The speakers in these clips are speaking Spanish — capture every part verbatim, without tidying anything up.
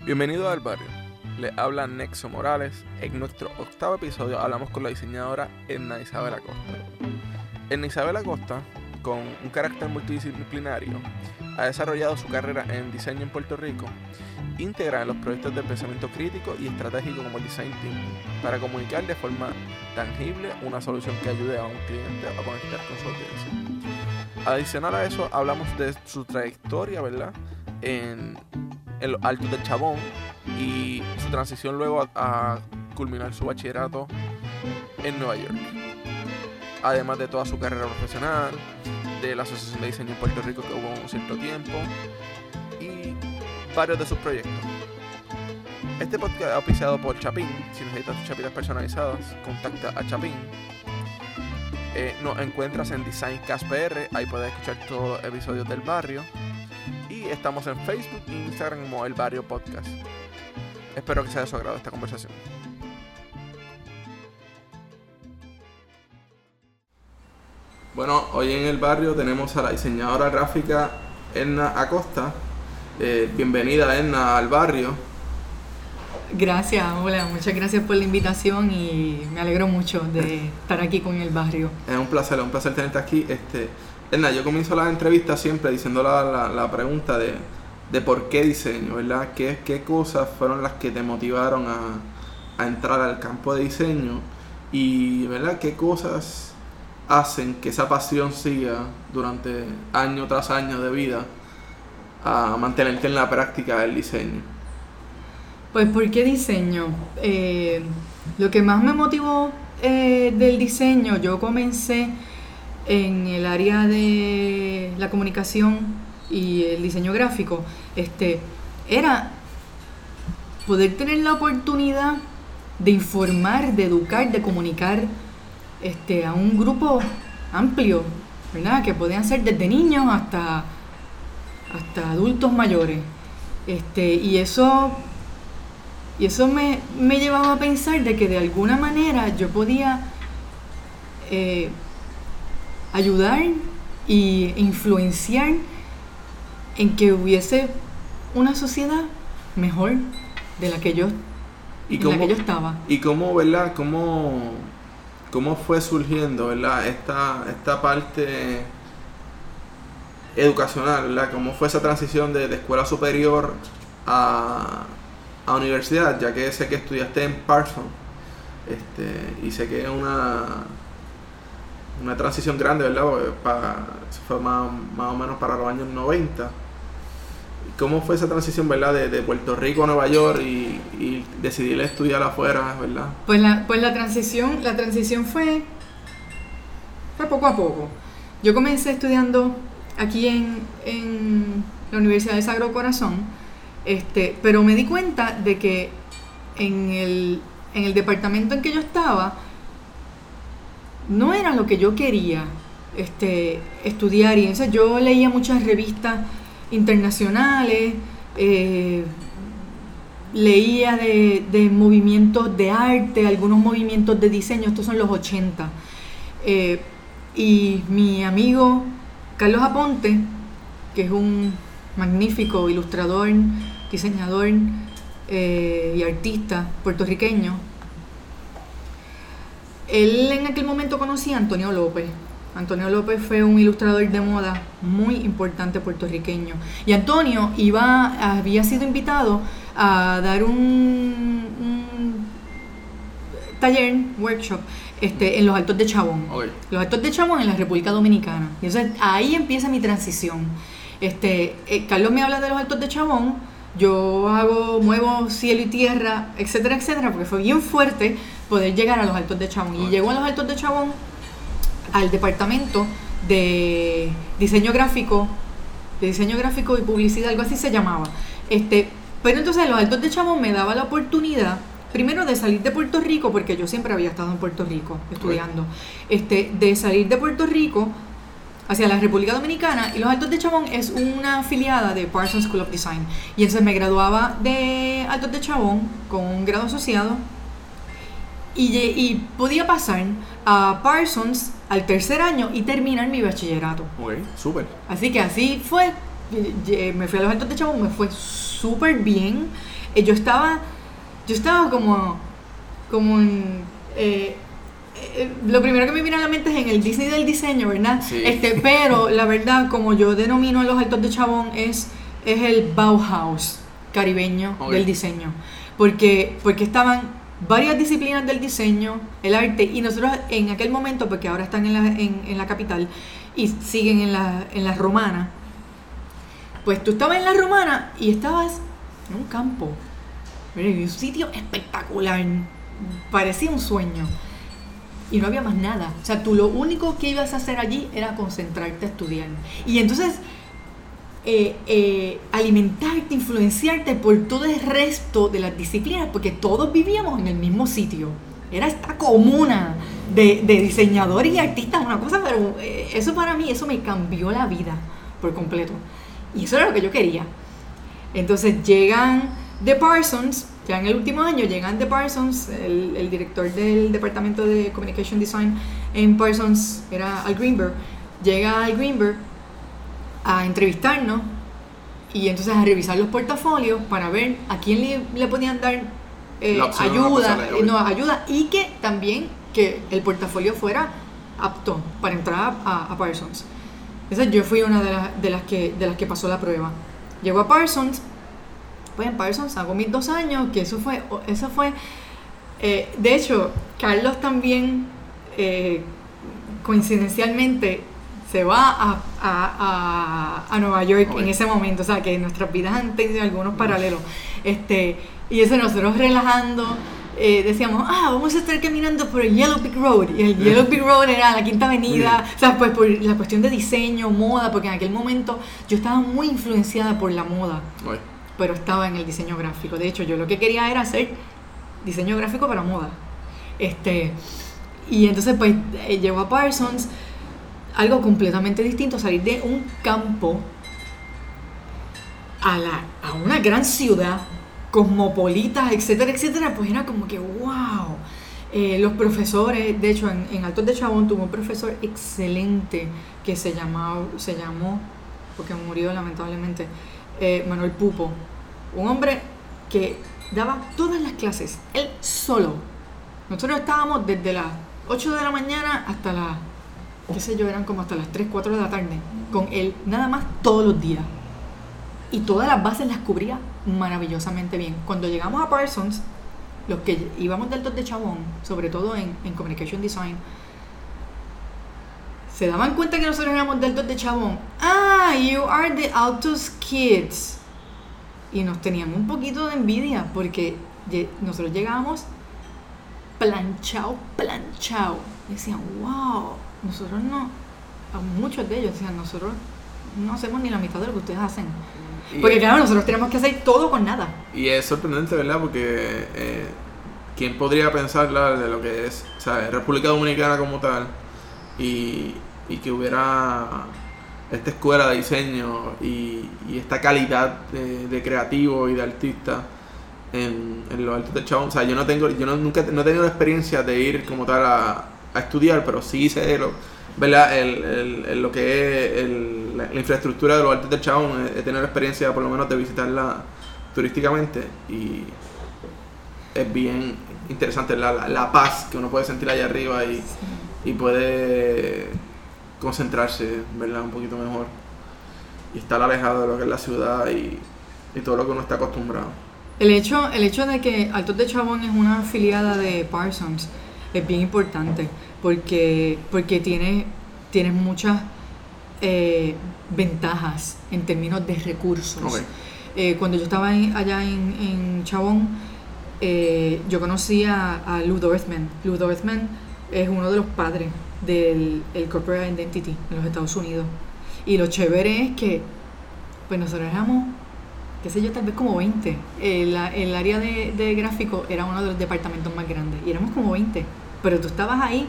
Bienvenido al barrio, le habla Nexo Morales. En nuestro octavo episodio hablamos con la diseñadora Edna Isabel Acosta. Edna Isabel Acosta, con un carácter multidisciplinario, ha desarrollado su carrera en diseño en Puerto Rico, íntegra en los proyectos de pensamiento crítico y estratégico como el Design Team, para comunicar de forma tangible una solución que ayude a un cliente a conectar con su audiencia. Adicional a eso, hablamos de su trayectoria, ¿verdad?, en, en los Altos del Chabón y su transición luego a, a culminar su bachillerato en Nueva York. Además de toda su carrera profesional, de la Asociación de Diseño en Puerto Rico que hubo un cierto tiempo y varios de sus proyectos. Este podcast es auspiciado por Chapín. Si necesitas tus chapitas personalizadas, contacta a Chapín. Eh, nos encuentras en Designcast P R, ahí puedes escuchar todos los episodios del barrio. Y estamos en Facebook e Instagram como El Barrio Podcast. Espero que sea de su agrado esta conversación. Bueno, hoy en el barrio tenemos a la diseñadora gráfica Edna Acosta. Eh, bienvenida, Edna, al barrio. Gracias, hola, muchas gracias por la invitación y me alegro mucho de estar aquí con el barrio. Es un placer, es un placer tenerte aquí. Este, Edna, yo comienzo la entrevista siempre diciendo la, la, la pregunta de, de por qué diseño, ¿verdad? ¿Qué, qué cosas fueron las que te motivaron a, a entrar al campo de diseño? Y, ¿verdad?, ¿qué cosas hacen que esa pasión siga durante año tras año de vida a mantenerte en la práctica del diseño? Pues, ¿por qué diseño? Eh, lo que más me motivó eh, del diseño, yo comencé en el área de la comunicación y el diseño gráfico, este, era poder tener la oportunidad de informar, de educar, de comunicar este, a un grupo amplio, ¿verdad? Que podían ser desde niños hasta, hasta adultos mayores. Este, y eso... Y eso me, me llevaba a pensar de que de alguna manera yo podía eh, ayudar e influenciar en que hubiese una sociedad mejor de la que yo, ¿Y en cómo, la que yo estaba. ¿Y cómo, verdad? ¿Cómo, cómo fue surgiendo, verdad, esta, esta parte educacional, verdad? ¿Cómo fue esa transición de, de escuela superior a... a universidad, ya que sé que estudiaste en Parsons, este, y sé que es una una transición grande, ¿verdad? Porque para, fue más, más o menos para los años noventa. ¿Cómo fue esa transición, verdad, de, de Puerto Rico a Nueva York y, y decidir estudiar afuera, verdad? Pues la, pues la transición, la transición fue, fue poco a poco. Yo comencé estudiando aquí en, en la Universidad del Sagrado Corazón. Este, pero me di cuenta de que en el, en el departamento en que yo estaba no era lo que yo quería este, estudiar, y entonces yo leía muchas revistas internacionales, eh, leía de, de movimientos de arte, algunos movimientos de diseño, estos son los ochenta, eh, y mi amigo Carlos Aponte, que es un magnífico ilustrador, diseñador eh, y artista puertorriqueño. Él en aquel momento conocía a Antonio López. Antonio López fue un ilustrador de moda muy importante puertorriqueño. Y Antonio iba, había sido invitado a dar un, un taller, workshop, este, en los Altos de Chabón. Okay. Los Altos de Chabón en la República Dominicana. Y entonces ahí empieza mi transición. Este, eh, Carlos me habla de los Altos de Chabón, yo hago, muevo cielo y tierra, etcétera, etcétera, porque fue bien fuerte poder llegar a los Altos de Chabón. Y llego a los Altos de Chabón al departamento de diseño gráfico, de diseño gráfico y publicidad, algo así se llamaba. Este, pero entonces los Altos de Chabón me daba la oportunidad, primero de salir de Puerto Rico, porque yo siempre había estado en Puerto Rico estudiando, este, de salir de Puerto Rico hacia la República Dominicana, y los Altos de Chabón es una afiliada de Parsons School of Design. Y entonces me graduaba de Altos de Chabón con un grado asociado y, y podía pasar a Parsons al tercer año y terminar mi bachillerato. Ok, súper. Así que así fue, me fui a los Altos de Chabón, me fue súper bien. eh, yo estaba, yo estaba como, como en, eh, eh, lo primero que me viene a la mente es en el Disney del diseño, ¿verdad? Sí. Este, pero la verdad, como yo denomino a los Altos de Chabón, es, es el Bauhaus caribeño Okay. del diseño, porque, porque estaban varias disciplinas del diseño, el arte, y nosotros en aquel momento, porque ahora están en la, en, en la capital y siguen en la, en la romana, pues tú estabas en la romana y estabas en un campo, ¿verdad? Y un sitio espectacular, parecía un sueño, y no había más nada. O sea, tú lo único que ibas a hacer allí era concentrarte a estudiar, y entonces eh, eh, alimentarte, influenciarte por todo el resto de las disciplinas, porque todos vivíamos en el mismo sitio. Era esta comuna de, de diseñadores y artistas, una cosa, pero eh, eso para mí, eso me cambió la vida por completo. Y eso era lo que yo quería. Entonces llegan de Parsons, ya en el último año llegan de Parsons, el, el director del departamento de Communication Design en Parsons era Al Greenberg, llega Al Greenberg a entrevistarnos y entonces a revisar los portafolios para ver a quién le, le podían dar eh, ayuda, eh, no, ayuda y que también que el portafolio fuera apto para entrar a, a Parsons. Entonces yo fui una de, la, de, las que, de las que pasó la prueba. Llego a Parsons, pues en Parsons hago mis dos años, que eso fue, eso fue eh, de hecho, Carlos también eh, coincidencialmente se va a, a, a, a Nueva York okay. en ese momento, o sea que nuestras vidas han tenido algunos paralelos. Este, y eso nosotros relajando, eh, decíamos, ah, vamos a estar caminando por el Yellow Brick Road, y el Yellow Brick Road era la Quinta Avenida, sí. O sea, pues por la cuestión de diseño, moda, porque en aquel momento yo estaba muy influenciada por la moda, Uy. pero estaba en el diseño gráfico. De hecho, yo lo que quería era hacer diseño gráfico para moda. Este, y entonces pues eh, llego a Parsons, algo completamente distinto, salir de un campo a, la, a una gran ciudad, cosmopolita, etcétera, etcétera, pues era como que wow. Eh, los profesores, de hecho en, en Altos de Chabón tuvo un profesor excelente que se llamaba, se llamó, porque murió lamentablemente, eh, Manuel Pupo, un hombre que daba todas las clases, él solo. Nosotros estábamos desde las ocho de la mañana hasta las, qué sé yo, eran como hasta las tres, cuatro de la tarde, con él, nada más todos los días. Y todas las bases las cubría maravillosamente bien. Cuando llegamos a Parsons, los que íbamos del Altos de Chabón, sobre todo en, en Communication Design, se daban cuenta que nosotros éramos del Altos de Chabón. Ah, you are the Altos kids. Y nos tenían un poquito de envidia porque nosotros llegábamos planchado, planchado. Decían, wow, nosotros no, a muchos de ellos decían, nosotros no hacemos ni la mitad de lo que ustedes hacen. Porque claro, nosotros tenemos que hacer todo con nada. Y es sorprendente, ¿verdad? Porque eh, ¿quién podría pensar ¿la? de lo que es, o sea, República Dominicana como tal y, y que hubiera esta escuela de diseño y, y esta calidad de, de creativo y de artista en, en los Altos de Chabón? O sea, yo no tengo, yo no, nunca no he tenido la experiencia de ir como tal a, a estudiar, pero sí sé lo, ¿verdad? El, el, el, lo que es el, la, la infraestructura de los Altos de Chabón. He tenido la experiencia por lo menos de visitarla turísticamente y es bien interesante la, la, la paz que uno puede sentir allá arriba y, sí. y puede concentrarse, ¿verdad? Un poquito mejor y estar alejado de lo que es la ciudad y, y todo lo que uno está acostumbrado. El hecho, el hecho de que Altos de Chabón es una afiliada de Parsons es bien importante porque, porque tiene, tiene muchas eh, ventajas en términos de recursos. Okay. Eh, cuando yo estaba en, allá en, en Chabón, eh, yo conocí a, a Lou Dorfman. Lou Dorfman es uno de los padres del el Corporate Identity en los Estados Unidos. Y lo chévere es que pues nosotros éramos, qué sé yo, tal vez como veinte. El, el área de, de gráfico era uno de los departamentos más grandes y éramos como veinte. Pero tú estabas ahí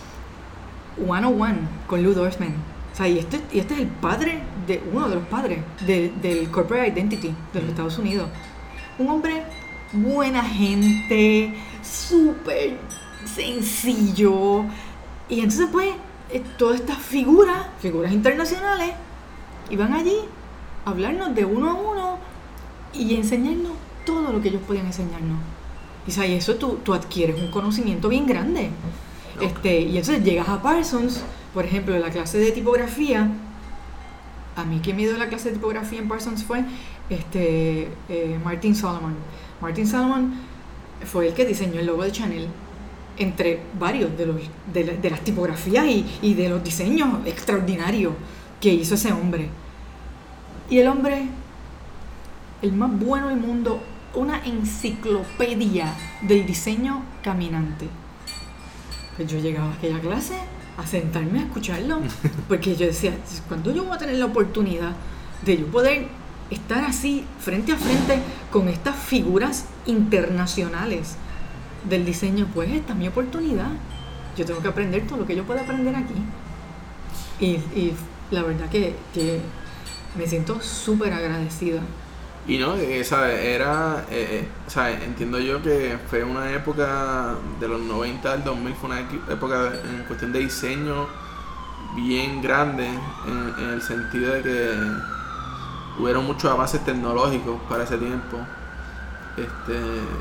one on one con Lou Dorfman. O sea, y este, y este es el padre de uno de los padres de, del Corporate Identity de los Estados Unidos. Un hombre buena gente, súper sencillo. Y entonces pues todas estas figuras, figuras internacionales, iban allí a hablarnos de uno a uno y enseñarnos todo lo que ellos podían enseñarnos. Y ¿sabes? Eso tú, tú adquieres un conocimiento bien grande. Okay. Este, y entonces llegas a Parsons, por ejemplo, en la clase de tipografía. A mí quien me dio la clase de tipografía en Parsons fue este, eh, Martin Solomon. Martin Solomon fue el que diseñó el logo de Chanel, entre varios de, los, de, la, de las tipografías y, y de los diseños extraordinarios que hizo ese hombre. Y el hombre, el más bueno del mundo, una enciclopedia del diseño caminante. Pues yo llegaba a aquella clase a sentarme a escucharlo, porque yo decía, ¿cuándo yo voy a tener la oportunidad de yo poder estar así frente a frente con estas figuras internacionales del diseño? Pues esta es mi oportunidad. Yo tengo que aprender todo lo que yo pueda aprender aquí. Y, y la verdad que, que me siento súper agradecida. Y no, esa era, eh, o sea, entiendo yo que fue una época de los noventa al dos mil, fue una época en cuestión de diseño bien grande, en, en el sentido de que hubieron muchos avances tecnológicos para ese tiempo. Este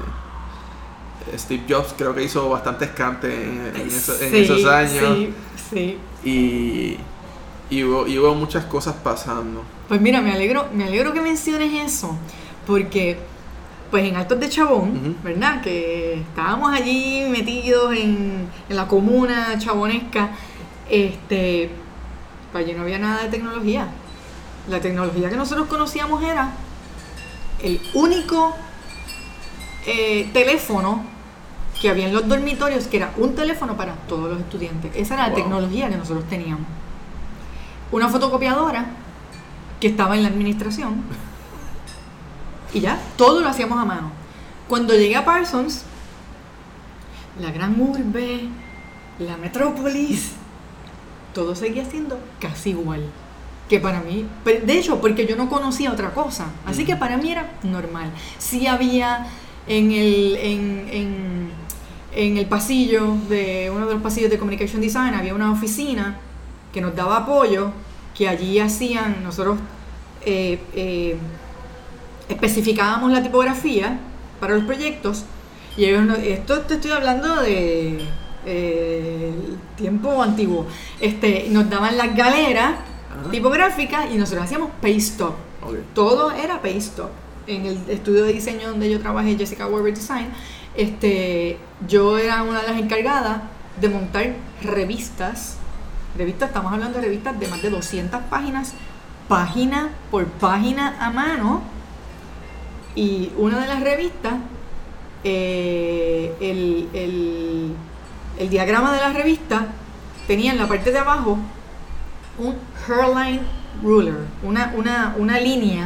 Steve Jobs creo que hizo bastantes cantes en, en, eso, en sí, esos años. Sí, sí. Y, y, hubo, y hubo muchas cosas pasando. Pues mira, me alegro, me alegro que menciones eso, porque pues en Altos de Chabón, uh-huh. ¿verdad? Que estábamos allí metidos en, en la comuna chabonesca, este, pues allí no había nada de tecnología. La tecnología que nosotros conocíamos era el único eh, teléfono que había en los dormitorios, que era un teléfono para todos los estudiantes. Esa era la wow. tecnología que nosotros teníamos. Una fotocopiadora que estaba en la administración y ya, todo lo hacíamos a mano. Cuando llegué a Parsons, la gran urbe, la metrópolis, todo seguía siendo casi igual que para mí, de hecho, porque yo no conocía otra cosa, así que para mí era normal. Sí había en el en, en, en el pasillo de uno de los pasillos de Communication Design había una oficina que nos daba apoyo, que allí hacían, nosotros eh, eh, especificábamos la tipografía para los proyectos, y ellos, esto te estoy hablando de eh, tiempo antiguo, este, nos daban las galeras uh-huh. tipográficas y nosotros hacíamos paste up. Okay. Todo era paste up. En el estudio de diseño donde yo trabajé, Jessica Weber Design, este, yo era una de las encargadas de montar revistas. Revistas, estamos hablando de revistas de más de doscientas páginas, página por página a mano. Y una de las revistas, eh, el, el, el diagrama de la revista tenía en la parte de abajo un hairline ruler, una, una, una línea.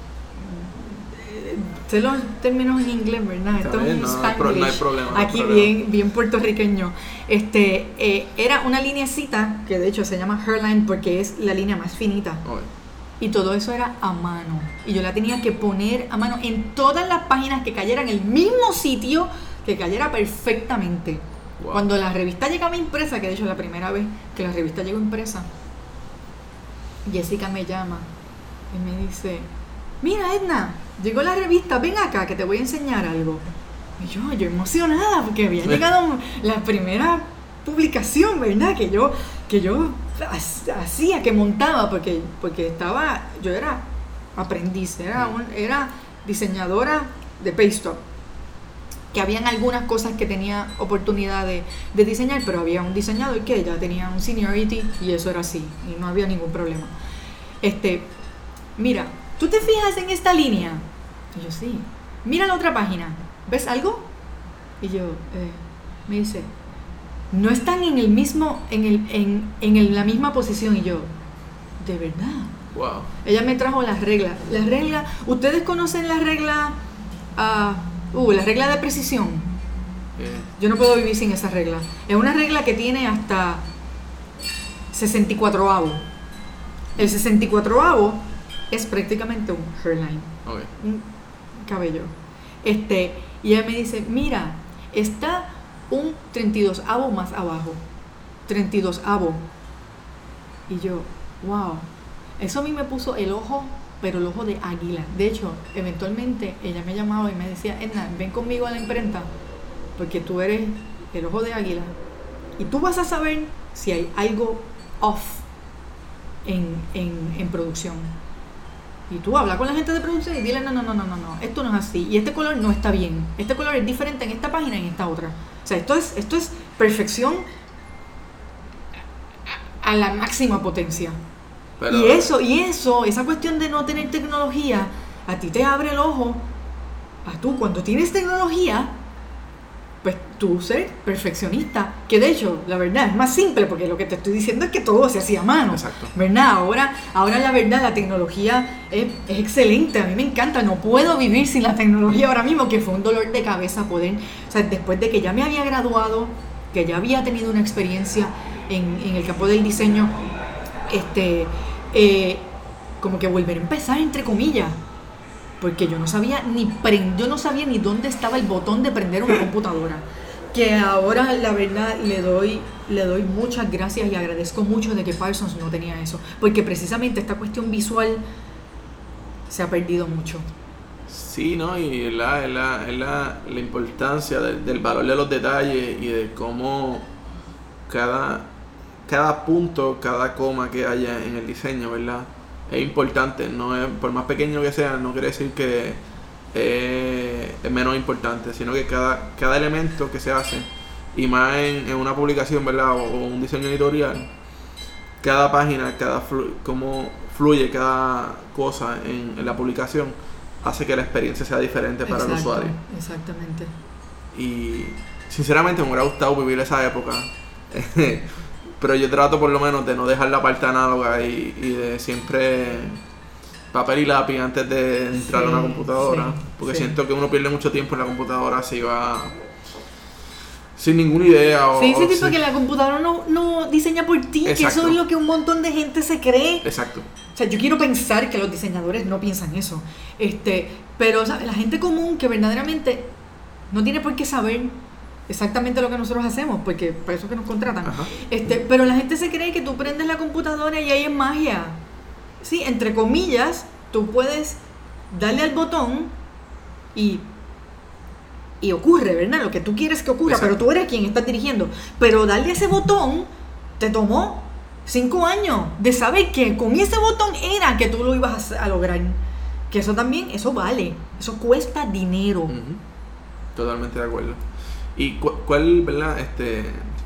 Sé los términos en inglés, ¿verdad? Esto es un no, Spanglish. No hay problema. No hay Aquí problema. bien, bien puertorriqueño. Este, eh, era una lineecita que de hecho se llama hairline porque es la línea más finita. Okay. Y todo eso era a mano. Y yo la tenía que poner a mano en todas las páginas, que cayera en el mismo sitio, que cayera perfectamente. Wow. Cuando la revista llegaba impresa, que de hecho es la primera vez que la revista llegó impresa, Jessica me llama y me dice: mira, Edna, llegó la revista, ven acá que te voy a enseñar algo. Y yo, yo emocionada porque había llegado la primera publicación, ¿verdad? Que yo, que yo hacía, que montaba, porque, porque estaba, yo era aprendiz, era, un, era diseñadora de paste up, que habían algunas cosas que tenía oportunidad de, de diseñar, pero había un diseñador que ya tenía un seniority y eso era así, y no había ningún problema. Este, mira, ¿tú te fijas en esta línea? Y yo, sí. Mira la otra página. ¿Ves algo? Y yo, eh, me dice, no están en el mismo, en el, en, en el, la misma posición. Y yo, ¿de verdad? Wow. Ella me trajo las reglas. Las reglas, ¿ustedes conocen la regla? Uh, uh, la regla de precisión. Eh. Yo no puedo vivir sin esa regla. Es una regla que tiene hasta sesenta y cuatro avos. El sesenta y cuatro avos es prácticamente un hairline, okay. un cabello. Este, y ella me dice, mira, está un treinta y dos avo más abajo. treinta y dos avo. Y yo, wow. Eso a mí me puso el ojo pero el ojo de águila. De hecho, eventualmente ella me llamaba y me decía, Edna, ven conmigo a la imprenta, porque tú eres el ojo de águila y tú vas a saber si hay algo off en, en, en producción. Y tú habla con la gente de producción y dile, no, no, no, no, no, no, esto no es así, y este color no está bien, este color es diferente en esta página y en esta otra. O sea, esto es, esto es perfección a la máxima potencia. Pero, y eso, y eso, esa cuestión de no tener tecnología, a ti te abre el ojo a tú, cuando tienes tecnología, pues tú ser perfeccionista, que de hecho, la verdad, es más simple, porque lo que te estoy diciendo es que todo se hacía a mano. Exacto. ¿Verdad? Ahora, ahora la verdad, la tecnología es, es excelente, a mí me encanta, no puedo vivir sin la tecnología ahora mismo, que fue un dolor de cabeza poder, o sea, después de que ya me había graduado, que ya había tenido una experiencia en, en el campo del diseño, este, eh, como que volver a empezar, entre comillas, porque yo no sabía ni prend, yo no sabía ni dónde estaba el botón de prender una computadora, que ahora la verdad le doy le doy muchas gracias y agradezco mucho de que Parsons no tenía eso, porque precisamente esta cuestión visual se ha perdido mucho. Sí, ¿no? Y es la, es la, es la, la importancia del, del valor de los detalles y de cómo cada, cada punto, cada coma que haya en el diseño, ¿verdad? Es importante, no es, por más pequeño que sea, no quiere decir que eh, es menos importante, sino que cada, cada elemento que se hace, y más en, en una publicación, ¿verdad? O, o un diseño editorial, cada página, cada flu, cómo fluye cada cosa en, en la publicación, hace que la experiencia sea diferente para Exacto, el usuario. Exactamente. Y sinceramente me hubiera gustado vivir esa época. Pero yo trato por lo menos de no dejar la parte análoga y, y de siempre papel y lápiz antes de entrar sí, a una computadora. Sí, porque sí. Siento que uno pierde mucho tiempo en la computadora si va sin ninguna idea. O, sí, sí, o tipo si... que la computadora no, no diseña por ti, Exacto. Que eso es lo que un montón de gente se cree. Exacto. O sea, yo quiero pensar que los diseñadores no piensan eso. Este, pero o sea, la gente común que verdaderamente no tiene por qué saber exactamente lo que nosotros hacemos, porque para eso que nos contratan. Ajá. Este, pero la gente se cree que tú prendes la computadora y ahí es magia. Sí, entre comillas, tú puedes darle al botón y y ocurre, ¿verdad? Lo que tú quieres que ocurra, Exacto. Pero tú eres quien estás dirigiendo. Pero darle a ese botón te tomó cinco años de saber que con ese botón era que tú lo ibas a, a lograr. Que eso también, eso vale, eso cuesta dinero. Uh-huh. Totalmente de acuerdo. ¿Y cu- cuál, verdad, este,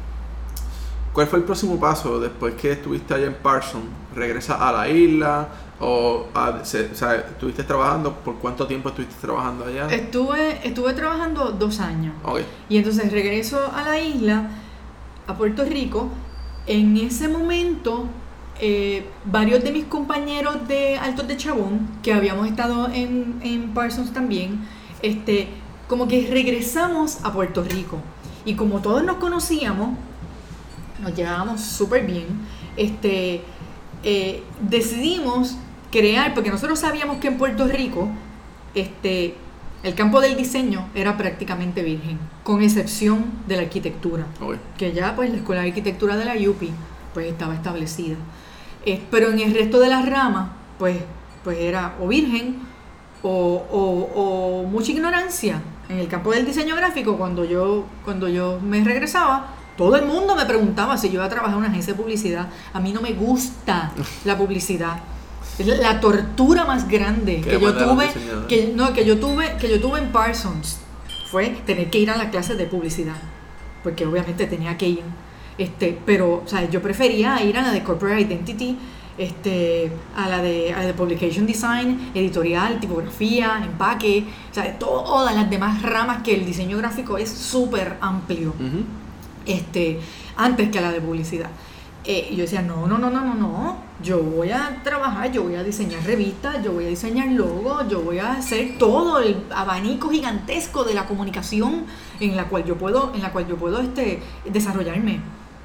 cuál fue el próximo paso después que estuviste allá en Parsons? ¿Regresas a la isla? ¿O, a, se, o sea, estuviste trabajando? ¿Por cuánto tiempo estuviste trabajando allá? Estuve, estuve trabajando dos años. Okay. Y entonces regreso a la isla, a Puerto Rico. En ese momento, eh, varios de mis compañeros de Altos de Chabón, que habíamos estado en, en Parsons también, este... como que regresamos a Puerto Rico y como todos nos conocíamos, nos llevábamos súper bien, este, eh, decidimos crear, porque nosotros sabíamos que en Puerto Rico este, el campo del diseño era prácticamente virgen, con excepción de la arquitectura, okay. Que ya pues la Escuela de Arquitectura de la U P I pues estaba establecida, eh, pero en el resto de las ramas pues, pues era o virgen o, o, o mucha ignorancia. En el campo del diseño gráfico, cuando yo, cuando yo me regresaba, todo el mundo me preguntaba si yo iba a trabajar en una agencia de publicidad. A mí no me gusta la publicidad. Es la tortura más grande que yo tuve, que, no, que yo tuve, que yo tuve en Parsons fue tener que ir a las clases de publicidad, porque obviamente tenía que ir. Este, pero, o sea, yo prefería ir a la de Corporate Identity, este, a la de, a la de Publication Design, editorial, tipografía, empaque, o sea, todas las demás ramas que el diseño gráfico es súper amplio, uh-huh. este, antes que la de publicidad. Eh, y yo decía, no, no, no, no, no, no, yo voy a trabajar, yo voy a diseñar revistas, yo voy a diseñar logos, yo voy a hacer todo el abanico gigantesco de la comunicación en la cual yo puedo, en la cual yo puedo este, desarrollarme.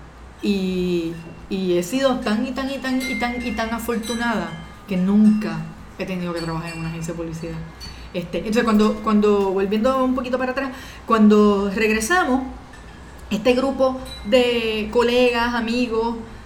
Y, y he sido tan y tan y tan y tan y tan afortunada que nunca he tenido que trabajar en una agencia de publicidad. Este, entonces cuando, cuando volviendo un poquito para atrás, cuando regresamos, este grupo de colegas, amigos,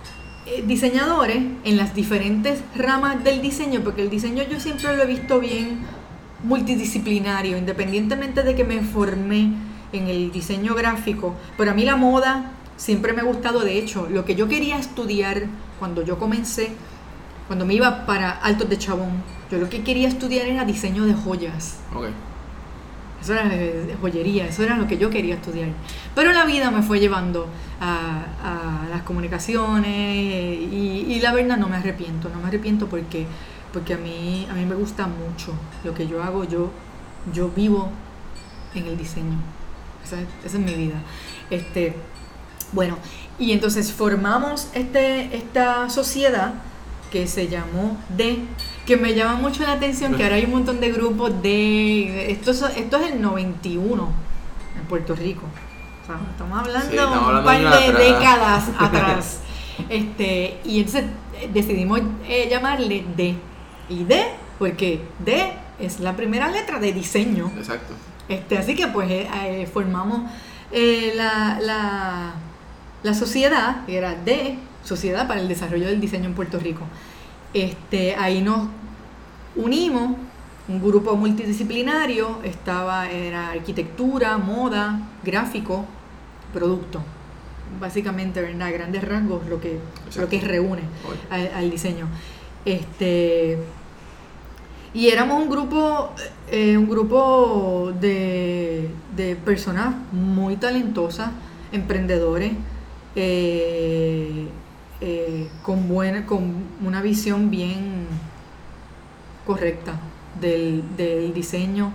eh, diseñadores en las diferentes ramas del diseño, porque el diseño yo siempre lo he visto bien multidisciplinario, independientemente de que me formé en el diseño gráfico, pero a mí la moda siempre me ha gustado. De hecho, lo que yo quería estudiar cuando yo comencé, cuando me iba para Altos de Chabón, yo lo que quería estudiar era diseño de joyas. Okay. Eso era de joyería, eso era lo que yo quería estudiar. Pero la vida me fue llevando a, a las comunicaciones y, y la verdad no me arrepiento, no me arrepiento porque, porque a mí, a mí me gusta mucho lo que yo hago, yo, yo vivo en el diseño, esa, esa es mi vida. Este, bueno, y entonces formamos este, esta sociedad que se llamó D, que me llama mucho la atención que ahora hay un montón de grupos de... Esto es, esto es el noventa y uno en Puerto Rico. O sea, estamos hablando, sí, estamos hablando un par de atrás. décadas atrás. Este, y entonces decidimos eh, llamarle D. Y D, porque D es la primera letra de diseño. Exacto. Este, así que pues eh, eh, formamos eh, la, la, la sociedad, que era D, Sociedad para el Desarrollo del Diseño en Puerto Rico. Este, ahí nos unimos, un grupo multidisciplinario, estaba, era arquitectura, moda, gráfico, producto. Básicamente, ¿verdad? A grandes rasgos lo que, lo que reúne al, al diseño. Este, y éramos un grupo, eh, un grupo de, de personas muy talentosas, emprendedores, eh, Eh, con buena, con una visión bien correcta del, del diseño,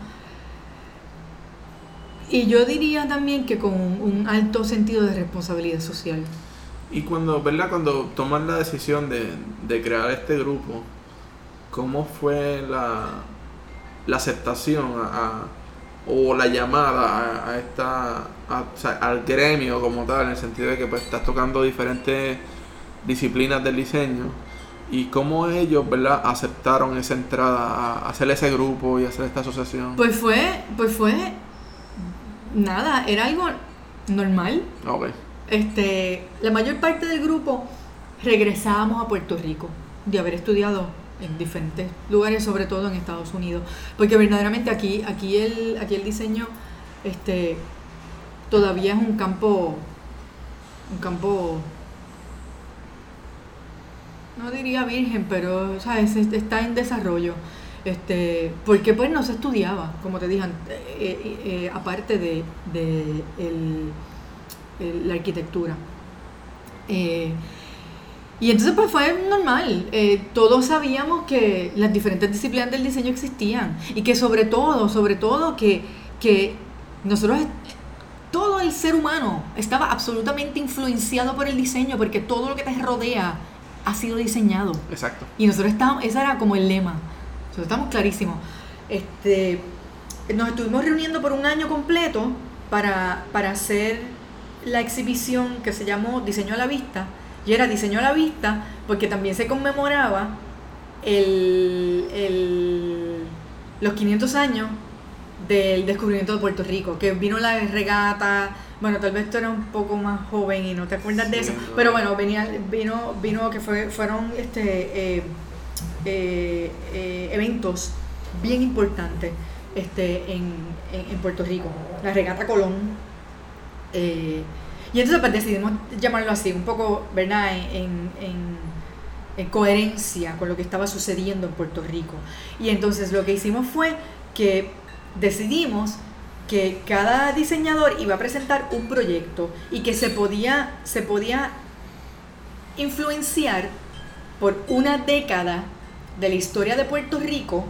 y yo diría también que con un alto sentido de responsabilidad social. Y cuando, ¿verdad? Cuando toman la decisión de, de crear este grupo, ¿cómo fue la, la aceptación a, a, o la llamada a, a esta a, o sea, al gremio como tal, en el sentido de que pues estás tocando diferentes disciplinas del diseño, y cómo ellos, ¿verdad?, aceptaron esa entrada a hacer ese grupo y hacer esta asociación? Pues fue, pues fue nada, era algo normal. Okay. Este, la mayor parte del grupo regresábamos a Puerto Rico de haber estudiado en diferentes lugares, sobre todo en Estados Unidos, porque verdaderamente aquí, aquí el, aquí el diseño, este, todavía es un campo, un campo no diría virgen, pero o sea, es, está en desarrollo, este, porque pues no se estudiaba, como te dije, eh, eh, aparte de, de el, el, la arquitectura. Eh, y entonces pues fue normal, eh, todos sabíamos que las diferentes disciplinas del diseño existían, y que sobre todo, sobre todo que, que nosotros, todo el ser humano estaba absolutamente influenciado por el diseño, porque todo lo que te rodea ha sido diseñado. Exacto. Y nosotros estábamos, ese era como el lema. Nosotros estamos clarísimos. Este, nos estuvimos reuniendo por un año completo para, para hacer la exhibición que se llamó Diseño a la Vista. Y era Diseño a la Vista porque también se conmemoraba el, el, los quinientos años del descubrimiento de Puerto Rico, que vino la regata. Bueno, tal vez tú eras un poco más joven y no te acuerdas sí, de eso, no. Pero bueno, venía, vino, vino que fue, fueron este, eh, eh, eh, eventos bien importantes este, en, en, en Puerto Rico, la regata Colón, eh, y entonces pues decidimos llamarlo así, un poco, ¿verdad?, en, en, en coherencia con lo que estaba sucediendo en Puerto Rico. Y entonces lo que hicimos fue que decidimos que cada diseñador iba a presentar un proyecto y que se podía, se podía influenciar por una década de la historia de Puerto Rico,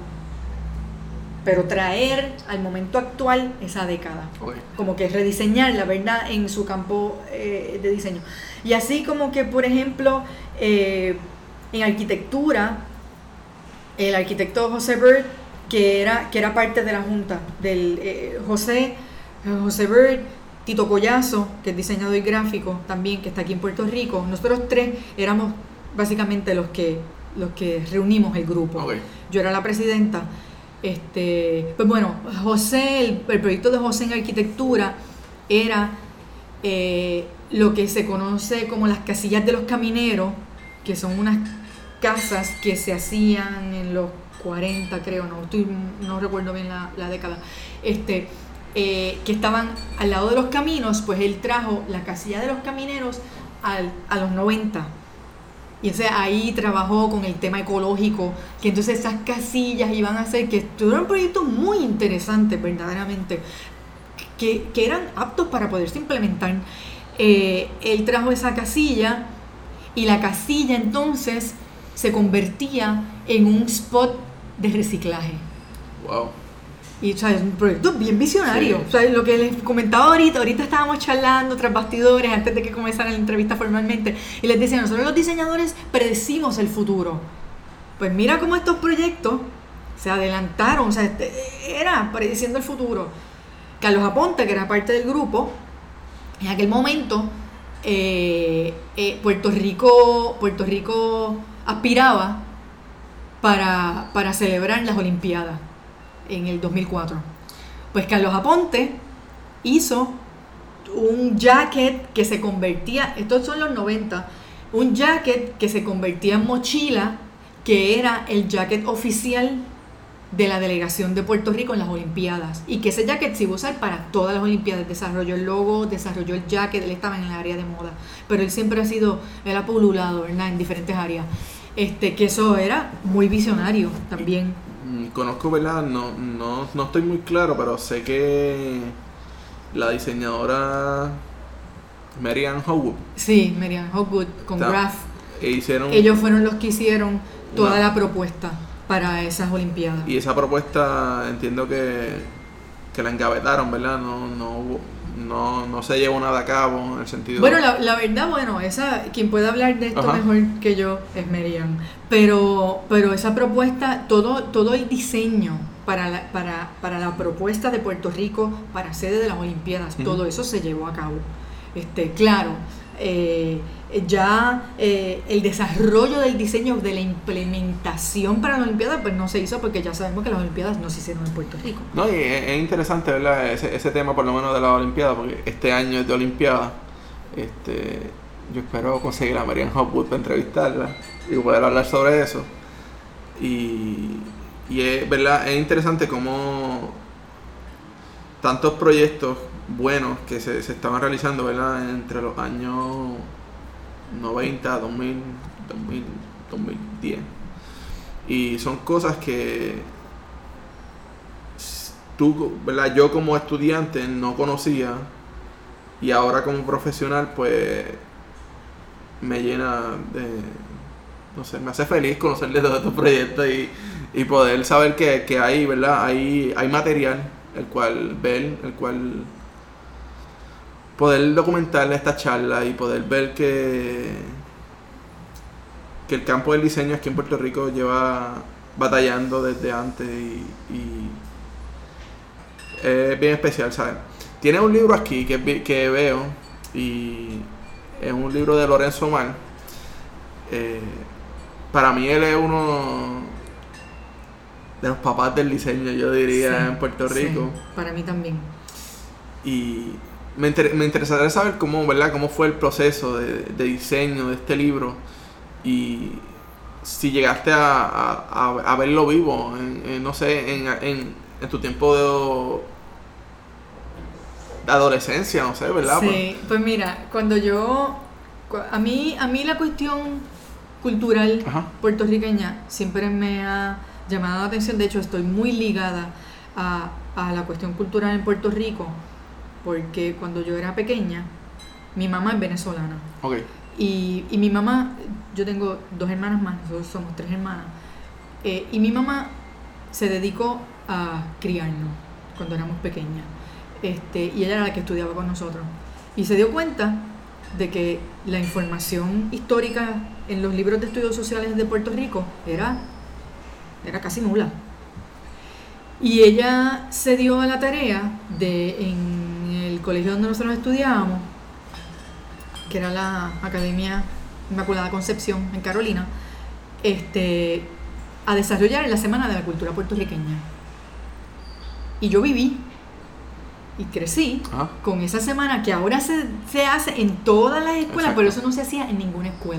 pero traer al momento actual esa década. Okay. Como que rediseñarla, ¿verdad?, en su campo eh, de diseño. Y así como que, por ejemplo, eh, en arquitectura, el arquitecto José Bird, que era, que era parte de la junta, del eh, José, José Bird, Tito Collazo, que es diseñador gráfico también, que está aquí en Puerto Rico. Nosotros tres éramos básicamente los que, los que reunimos el grupo. Okay. Yo era la presidenta. Este, pues bueno, José, el, el proyecto de José en arquitectura era eh, lo que se conoce como las casillas de los camineros, que son unas casas que se hacían en los cuarenta, creo, no estoy, no recuerdo bien la, la década, este, eh, que estaban al lado de los caminos. Pues él trajo la casilla de los camineros al, a los noventa. Y entonces ahí trabajó con el tema ecológico, que entonces esas casillas iban a hacer, que era un proyecto muy interesante verdaderamente, que, que eran aptos para poderse implementar. Eh, él trajo esa casilla y la casilla entonces se convertía en un spot de reciclaje. Wow. Y, o sea, es un proyecto bien visionario. Sí. O sea, lo que les comentaba ahorita, ahorita estábamos charlando tras bastidores antes de que comenzara la entrevista formalmente, y les decía, nosotros los diseñadores predecimos el futuro. Pues mira cómo estos proyectos se adelantaron, o sea, este, era prediciendo el futuro. Carlos Aponte, que era parte del grupo, en aquel momento, eh, eh, Puerto Rico, Puerto Rico aspiraba para, para celebrar las Olimpiadas en el dos mil cuatro. Pues Carlos Aponte hizo un jacket que se convertía, estos son los noventa, un jacket que se convertía en mochila, que era el jacket oficial de la delegación de Puerto Rico en las Olimpiadas, y que ese jacket se iba a usar para todas las Olimpiadas. Desarrolló el logo, desarrolló el jacket, él estaba en el área de moda, pero él siempre ha sido, él ha pululado, ¿verdad?, en diferentes áreas, este, que eso era muy visionario también. Conozco, ¿verdad? No, no, no estoy muy claro, pero sé que la diseñadora Mary Ann Hogwood. Sí, Mary Ann Hogwood con Está, Graf. E hicieron Ellos fueron los que hicieron toda una, la propuesta para esas Olimpiadas. Y esa propuesta entiendo que, que la engavetaron, ¿verdad? No, no, no, no se llevó nada a cabo en el sentido... Bueno, la, la verdad, bueno, esa, quien puede hablar de esto Ajá. mejor que yo es Mary Ann. Pero, pero esa propuesta, todo, todo el diseño para la, para, para la propuesta de Puerto Rico para sede de las Olimpiadas, uh-huh. todo eso se llevó a cabo. Este, claro, eh, ya eh, el desarrollo del diseño, de la implementación para las Olimpiadas, pues no se hizo, porque ya sabemos que las Olimpiadas no se hicieron en Puerto Rico. No, y es, es interesante, ¿verdad? Ese, ese tema por lo menos de las Olimpiadas, porque este año es de Olimpiadas. Este, yo espero conseguir a Mary Ann Hogwood para entrevistarla y poder hablar sobre eso. Y, y es, ¿verdad? Es interesante cómo tantos proyectos buenos que se, se estaban realizando, ¿verdad?, entre los años noventa, dos mil, dos mil, dos mil diez. Y son cosas que tú, ¿verdad?, yo como estudiante no conocía, y ahora como profesional pues me llena de, no sé, me hace feliz conocer de todos estos proyectos y, y poder saber que, que hay, ¿verdad?, hay, hay material el cual ver, el cual poder documentar esta charla y poder ver que que el campo del diseño aquí en Puerto Rico lleva batallando desde antes y, y es bien especial, ¿sabes? Tiene un libro aquí que, que veo, y es un libro de Lorenzo Mar. Eh, para mí él es uno de los papás del diseño, yo diría, sí, en Puerto Rico. Sí, para mí también. Y me, inter- me interesaría saber cómo, ¿verdad?, cómo fue el proceso de, de diseño de este libro, y si llegaste a, a, a verlo vivo, en, en, no sé, en, en, en tu tiempo de, de adolescencia, no sé, ¿verdad? Sí, pues, pues mira, cuando yo, a mí, a mí la cuestión cultural Ajá. puertorriqueña siempre me ha llamado la atención. De hecho, estoy muy ligada a, a la cuestión cultural en Puerto Rico, porque cuando yo era pequeña, mi mamá es venezolana. Okay. Y, y mi mamá, yo tengo dos hermanas más, nosotros somos tres hermanas, eh, y mi mamá se dedicó a criarnos cuando éramos pequeñas, este, y ella era la que estudiaba con nosotros, y se dio cuenta de que la información histórica en los libros de estudios sociales de Puerto Rico era, era casi nula. Y ella se dio a la tarea de, en el colegio donde nosotros estudiábamos, que era la Academia Inmaculada Concepción en Carolina, este, a desarrollar la Semana de la Cultura Puertorriqueña. Y yo viví y crecí Ajá. con esa semana, que ahora se, se hace en todas las escuelas, Exacto. pero eso no se hacía en ninguna escuela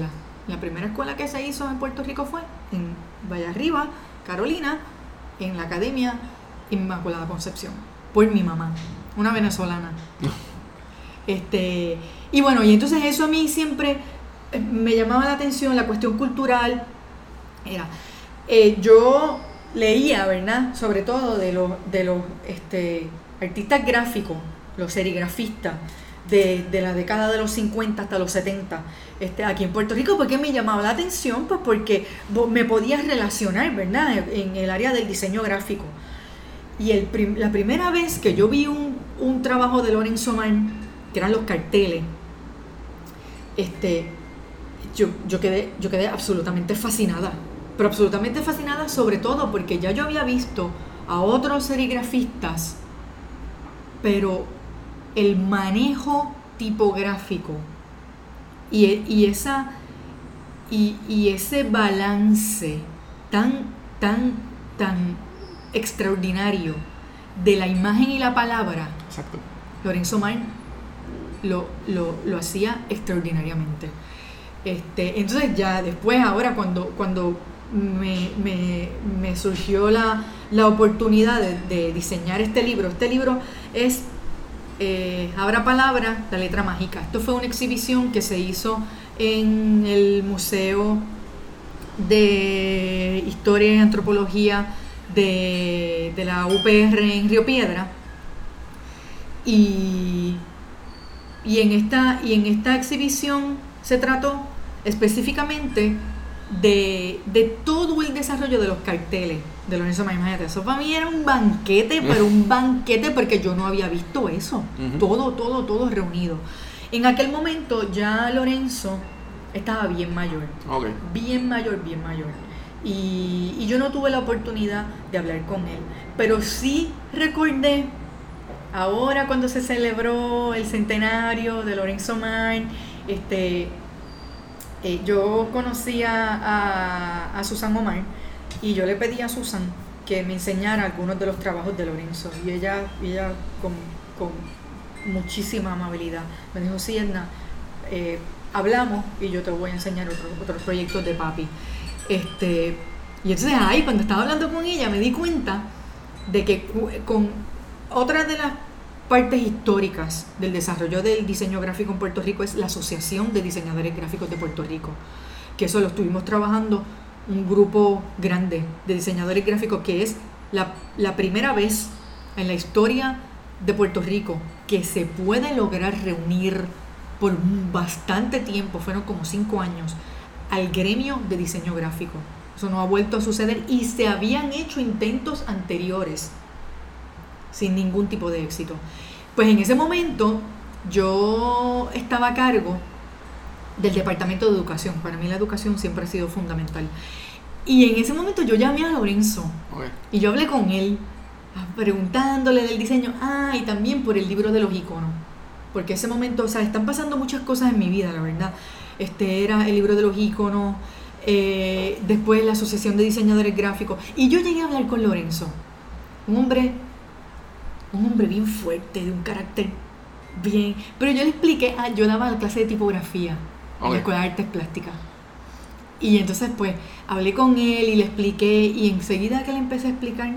La primera escuela que se hizo en Puerto Rico fue en Valle Arriba, Carolina, en la Academia Inmaculada Concepción, por mi mamá, una venezolana. Este, y bueno, y entonces eso a mí siempre me llamaba la atención, la cuestión cultural. Era, eh, yo leía, ¿verdad? Sobre todo de los, de los este, artistas gráficos, los serigrafistas, de, de la década de los cincuenta hasta los setenta, este, aquí en Puerto Rico. ¿Por qué me llamaba la atención? Pues porque me podía relacionar, ¿verdad?, en el área del diseño gráfico. Y el prim, la primera vez que yo vi un, un trabajo de Lorenzo Mann, que eran los carteles, este, yo, yo, quedé, yo quedé absolutamente fascinada. Pero absolutamente fascinada, sobre todo porque ya yo había visto a otros serigrafistas, pero el manejo tipográfico y, y, esa, y, y ese balance tan, tan, tan extraordinario de la imagen y la palabra. Exacto. Lorenzo Mann lo, lo, lo hacía extraordinariamente. Este, entonces ya después, ahora cuando, cuando me, me, me surgió la, la oportunidad de, de diseñar este libro, este libro es eh, Abra Palabra, la letra mágica. Esto fue una exhibición que se hizo en el Museo de Historia y Antropología de, de la U P R en Río Piedra. Y, y, en esta, y en esta exhibición se trató específicamente de, de todo el desarrollo de los carteles de Lorenzo Mann. Imagínate, eso para mí era un banquete, pero un banquete porque yo no había visto eso. Uh-huh. Todo, todo, todo reunido. En aquel momento ya Lorenzo estaba bien mayor. Okay. Bien mayor, bien mayor. Y, y yo no tuve la oportunidad de hablar con él. Pero sí recordé, ahora cuando se celebró el centenario de Lorenzo Mann, este... Eh, yo conocía a, a Susan Omar y yo le pedí a Susan que me enseñara algunos de los trabajos de Lorenzo, y ella, ella con, con muchísima amabilidad me dijo: sí, Edna, eh, hablamos y yo te voy a enseñar otro, otros proyectos de papi. Este, y entonces ahí cuando estaba hablando con ella me di cuenta de que con otra de las partes históricas del desarrollo del diseño gráfico en Puerto Rico es la Asociación de Diseñadores Gráficos de Puerto Rico, que eso lo estuvimos trabajando un grupo grande de diseñadores gráficos, que es la, la primera vez en la historia de Puerto Rico que se puede lograr reunir por bastante tiempo, fueron como cinco años, al gremio de diseño gráfico. Eso no ha vuelto a suceder y se habían hecho intentos anteriores sin ningún tipo de éxito. Pues en ese momento yo estaba a cargo del departamento de educación. Para mí la educación siempre ha sido fundamental. Y en ese momento yo llamé a Lorenzo. Okay. Y yo hablé con él, preguntándole del diseño. Ah, y también por el libro de los iconos. Porque en ese momento, o sea, están pasando muchas cosas en mi vida, la verdad. Este era el libro de los iconos, eh, después la Asociación de Diseñadores Gráficos. Y yo llegué a hablar con Lorenzo, un hombre... un hombre bien fuerte, de un carácter bien... Pero yo le expliqué, ah, yo daba la clase de tipografía okay. en la Escuela de Artes Plásticas. Y entonces pues hablé con él y le expliqué, y enseguida que le empecé a explicar,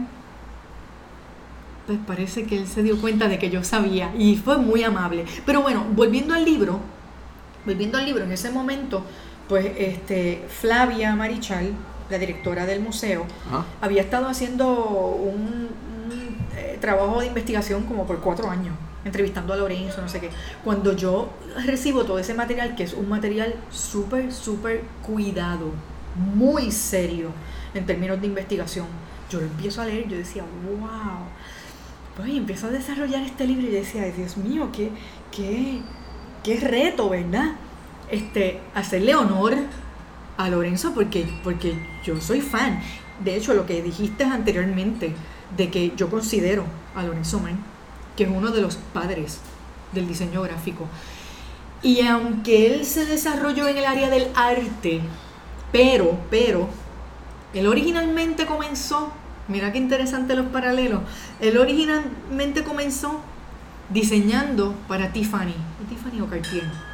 pues parece que él se dio cuenta de que yo sabía, y fue muy amable. Pero bueno, volviendo al libro, volviendo al libro, en ese momento, pues este Flavia Marichal, la directora del museo, uh-huh. había estado haciendo un... trabajo de investigación como por cuatro años, entrevistando a Lorenzo, no sé qué. Cuando yo recibo todo ese material, que es un material súper, súper cuidado, muy serio en términos de investigación, yo lo empiezo a leer, yo decía, wow. Pues y empiezo a desarrollar este libro y yo decía, Dios mío, qué, qué, qué reto, ¿verdad? Este, hacerle honor a Lorenzo porque, porque yo soy fan. De hecho, lo que dijiste anteriormente, de que yo considero a Lorenzo Mann, que es uno de los padres del diseño gráfico. Y aunque él se desarrolló en el área del arte, pero, pero, él originalmente comenzó, mira qué interesante los paralelos, él originalmente comenzó diseñando para Tiffany, Tiffany o Cartier,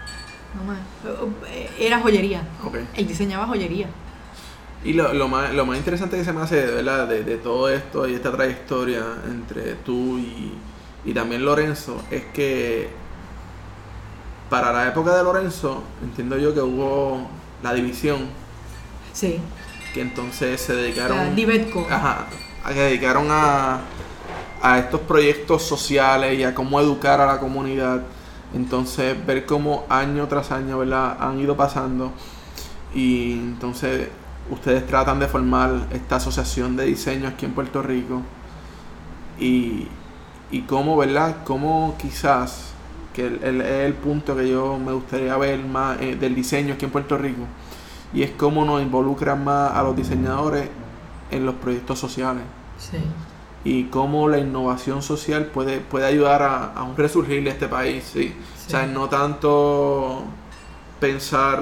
no me, era joyería. Okay. Él diseñaba joyería. Y lo, lo, más, lo más interesante que se me hace, ¿verdad? De, de todo esto y esta trayectoria entre tú y, y también Lorenzo, es que para la época de Lorenzo, entiendo yo que hubo la división. Sí. Que entonces se dedicaron... La Divetco. Ajá. A que dedicaron a, a estos proyectos sociales y a cómo educar a la comunidad. Entonces, ver cómo año tras año, ¿verdad? Han ido pasando. Y entonces... ustedes tratan de formar esta asociación de diseño aquí en Puerto Rico y, y cómo, ¿verdad? Cómo quizás, que es el, el, el punto que yo me gustaría ver más eh, del diseño aquí en Puerto Rico, y es cómo nos involucran más a los diseñadores en los proyectos sociales. Sí. Y cómo la innovación social puede, puede ayudar a, a un resurgir de este país, ¿sí? Sí. O sea, no tanto pensar...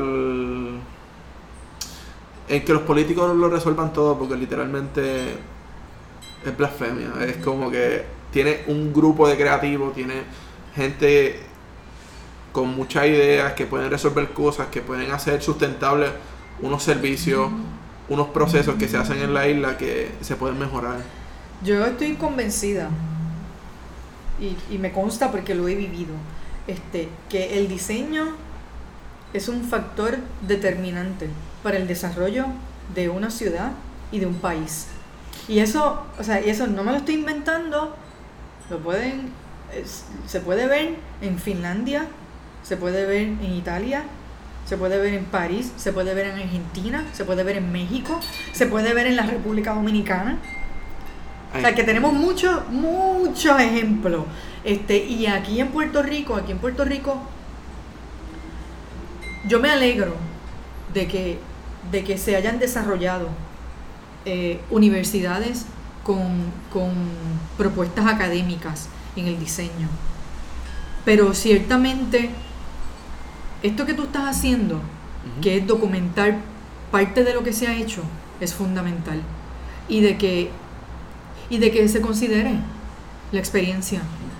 en que los políticos lo resuelvan todo, porque literalmente es blasfemia. Es como que tiene un grupo de creativos, tiene gente con muchas ideas que pueden resolver cosas, que pueden hacer sustentables unos servicios, unos procesos que se hacen en la isla que se pueden mejorar. Yo estoy convencida, y, y me consta porque lo he vivido, este, que el diseño es un factor determinante para el desarrollo de una ciudad y de un país. Y eso, o sea, y eso no me lo estoy inventando, lo pueden, es, se puede ver en Finlandia, se puede ver en Italia, se puede ver en París, se puede ver en Argentina, se puede ver en México, se puede ver en la República Dominicana. O sea, que tenemos muchos, muchos ejemplos. Este, y aquí en Puerto Rico, aquí en Puerto Rico, yo me alegro de que, de que se hayan desarrollado eh, universidades con, con propuestas académicas en el diseño. Pero ciertamente, esto que tú estás haciendo, uh-huh. que es documentar parte de lo que se ha hecho, es fundamental. Y de que, y de que se considere la experiencia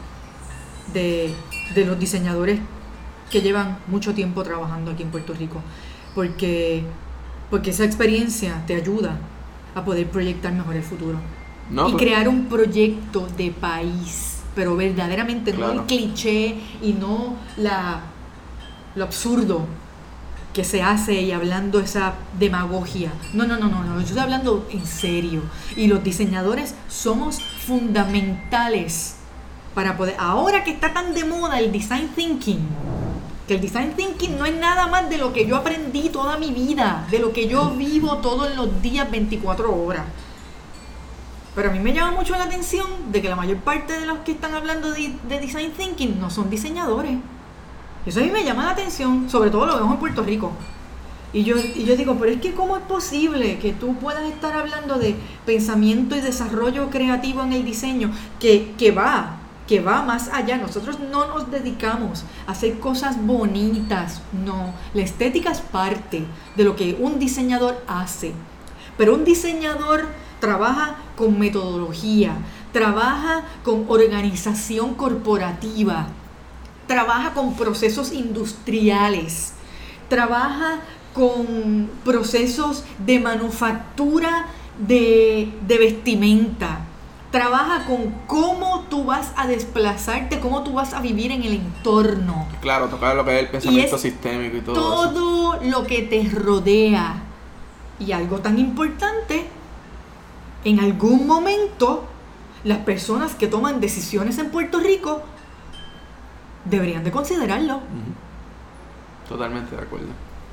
de, de los diseñadores que llevan mucho tiempo trabajando aquí en Puerto Rico, porque, porque esa experiencia te ayuda a poder proyectar mejor el futuro. No, y pero... crear un proyecto de país, pero verdaderamente, claro. No el cliché y no la, lo absurdo que se hace y hablando esa demagogia. No, no, no, no, no, yo estoy hablando en serio. Y los diseñadores somos fundamentales para poder, ahora que está tan de moda el design thinking, que el design thinking no es nada más de lo que yo aprendí toda mi vida, de lo que yo vivo todos los días veinticuatro horas. Pero a mí me llama mucho la atención de que la mayor parte de los que están hablando de, de design thinking no son diseñadores. Eso a mí me llama la atención, sobre todo lo vemos en Puerto Rico. Y yo, y yo digo, pero es que ¿cómo es posible que tú puedas estar hablando de pensamiento y desarrollo creativo en el diseño que, que va... que va más allá? Nosotros no nos dedicamos a hacer cosas bonitas, no. La estética es parte de lo que un diseñador hace, pero un diseñador trabaja con metodología, trabaja con organización corporativa, trabaja con procesos industriales, trabaja con procesos de manufactura de, de vestimenta, trabaja con cómo tú vas a desplazarte, cómo tú vas a vivir en el entorno. Claro, tocar lo que es el pensamiento sistémico y todo todo eso. Todo lo que te rodea. Y algo tan importante, en algún momento, las personas que toman decisiones en Puerto Rico deberían de considerarlo. Uh-huh. Totalmente de acuerdo.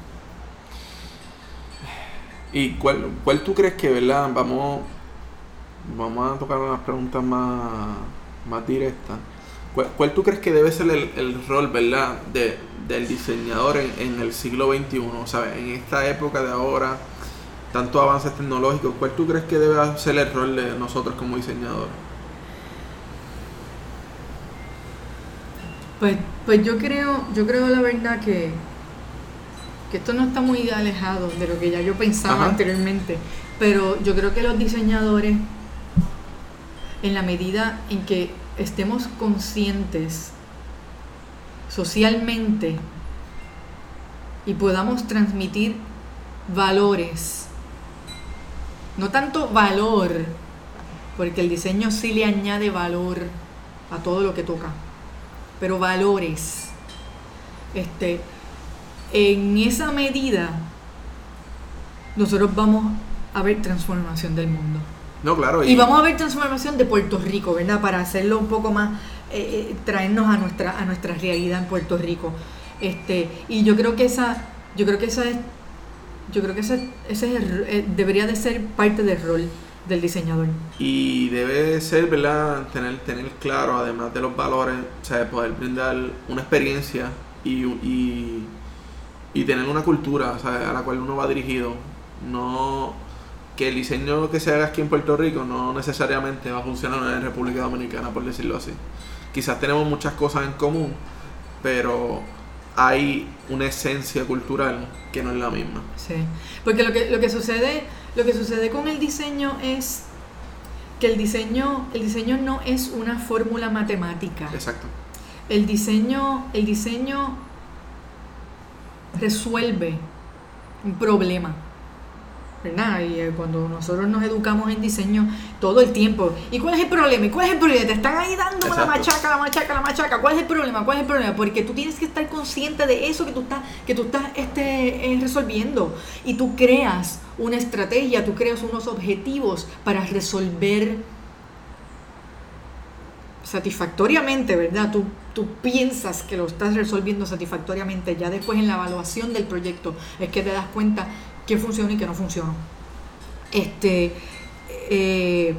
¿Y cuál, cuál tú crees que, verdad, vamos... Vamos a tocar unas preguntas más, más directas. ¿Cuál, ¿Cuál tú crees que debe ser el, el rol, verdad, de, del diseñador en, en el siglo veintiuno? ¿Sabes? En esta época de ahora, tantos avances tecnológicos, ¿cuál tú crees que debe ser el rol de nosotros como diseñadores? Pues, pues yo creo, yo creo la verdad que, que esto no está muy alejado de lo que ya yo pensaba Ajá. anteriormente, pero yo creo que los diseñadores, en la medida en que estemos conscientes socialmente y podamos transmitir valores. No tanto valor, porque el diseño sí le añade valor a todo lo que toca, pero valores. Este, en esa medida, nosotros vamos a ver transformación del mundo. No, claro. Y, y vamos a ver transformación de Puerto Rico, ¿verdad? Para hacerlo un poco más, eh, traernos a nuestra, a nuestra realidad en Puerto Rico. Este, y yo creo que esa, yo creo que esa es, yo creo que ese, ese es el, eh, debería de ser parte del rol del diseñador. Y debe ser, ¿verdad? Tener, tener claro, además de los valores, o sea, poder brindar una experiencia y, y, y tener una cultura, o sea, a la cual uno va dirigido. No que el diseño que se haga aquí en Puerto Rico no necesariamente va a funcionar en República Dominicana, por decirlo así. Quizás tenemos muchas cosas en común, pero hay una esencia cultural que no es la misma. Sí, porque lo que lo que sucede, lo que sucede con el diseño es que el diseño, el diseño no es una fórmula matemática. Exacto. El diseño, el diseño resuelve un problema, ¿verdad? Y eh, cuando nosotros nos educamos en diseño todo el tiempo, ¿y cuál es el problema? ¿Y cuál es el problema? Te están ahí dando la machaca, la machaca, la machaca. ¿Cuál es el problema? ¿Cuál es el problema? Porque tú tienes que estar consciente de eso que tú estás, que tú estás este, eh, resolviendo. Y tú creas una estrategia, tú creas unos objetivos para resolver satisfactoriamente, ¿verdad? Tú, tú piensas que lo estás resolviendo satisfactoriamente. Ya después en la evaluación del proyecto es que te das cuenta qué funciona y qué no funciona. Este, eh,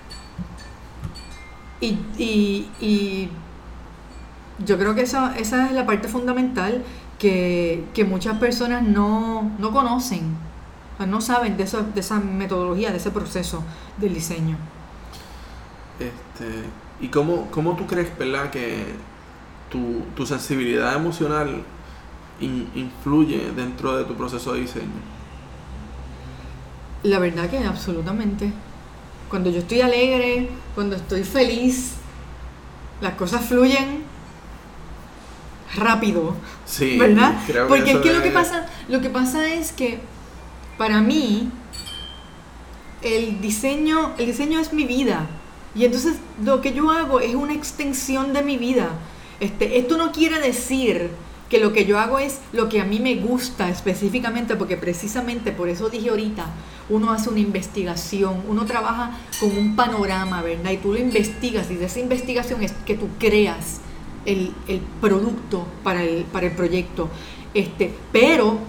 y, y, y yo creo que esa, esa es la parte fundamental que, que muchas personas no, no conocen, o sea, no saben de esa, de esa metodología, de ese proceso del diseño. Este, ¿y cómo, cómo tú crees, verdad, que tu, tu sensibilidad emocional in, influye dentro de tu proceso de diseño? La verdad que absolutamente. Cuando yo estoy alegre, cuando estoy feliz, las cosas fluyen rápido. Sí, ¿verdad? Creo Porque que es que debe... lo que pasa, lo que pasa es que para mí el diseño, el diseño es mi vida. Y entonces lo que yo hago es una extensión de mi vida. Este, esto no quiere decir que lo que yo hago es lo que a mí me gusta específicamente, porque precisamente por eso dije ahorita, uno hace una investigación, uno trabaja con un panorama, ¿verdad? Y tú lo investigas, y de esa investigación es que tú creas el, el producto para el, para el proyecto. Este, pero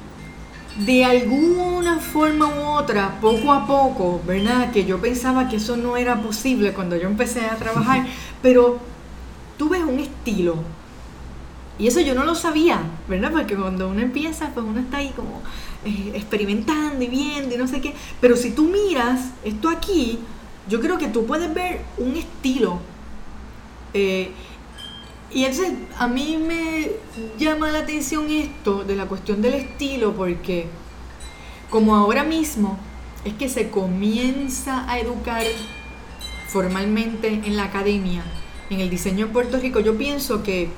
de alguna forma u otra, poco a poco, ¿verdad? Que yo pensaba que eso no era posible cuando yo empecé a trabajar, pero tú ves un estilo. Y eso yo no lo sabía, ¿verdad? Porque cuando uno empieza, pues uno está ahí como eh, experimentando y viendo y no sé qué. Pero si tú miras esto aquí, yo creo que tú puedes ver un estilo. Eh, y entonces a mí me llama la atención esto de la cuestión del estilo, porque como ahora mismo es que se comienza a educar formalmente en la academia, en el diseño en Puerto Rico, yo pienso que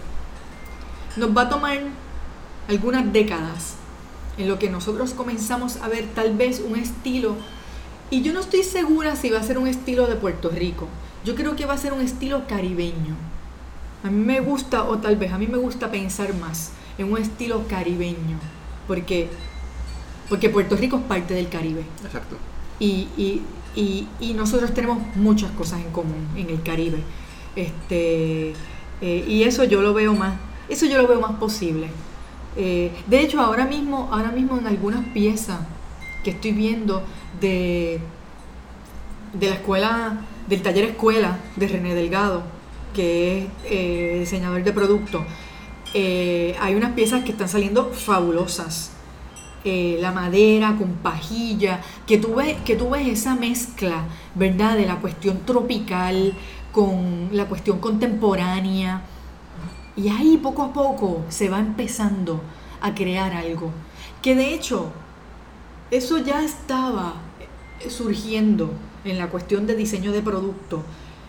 nos va a tomar algunas décadas en lo que nosotros comenzamos a ver tal vez un estilo, y yo no estoy segura si va a ser un estilo de Puerto Rico. Yo creo que va a ser un estilo caribeño. A mí me gusta, o tal vez a mí me gusta pensar más en un estilo caribeño, porque, porque Puerto Rico es parte del Caribe. Exacto. Y, y, y, y nosotros tenemos muchas cosas en común en el Caribe. Este, eh, y eso yo lo veo más. Eso yo lo veo más posible. Eh, de hecho, ahora mismo, ahora mismo en algunas piezas que estoy viendo de, de la escuela, del taller escuela de René Delgado, que es eh, diseñador de producto, eh, hay unas piezas que están saliendo fabulosas. Eh, la madera con pajilla, que tú ves, que tú ves esa mezcla, ¿verdad? De la cuestión tropical con la cuestión contemporánea. Y ahí poco a poco se va empezando a crear algo. Que de hecho, eso ya estaba surgiendo en la cuestión de diseño de producto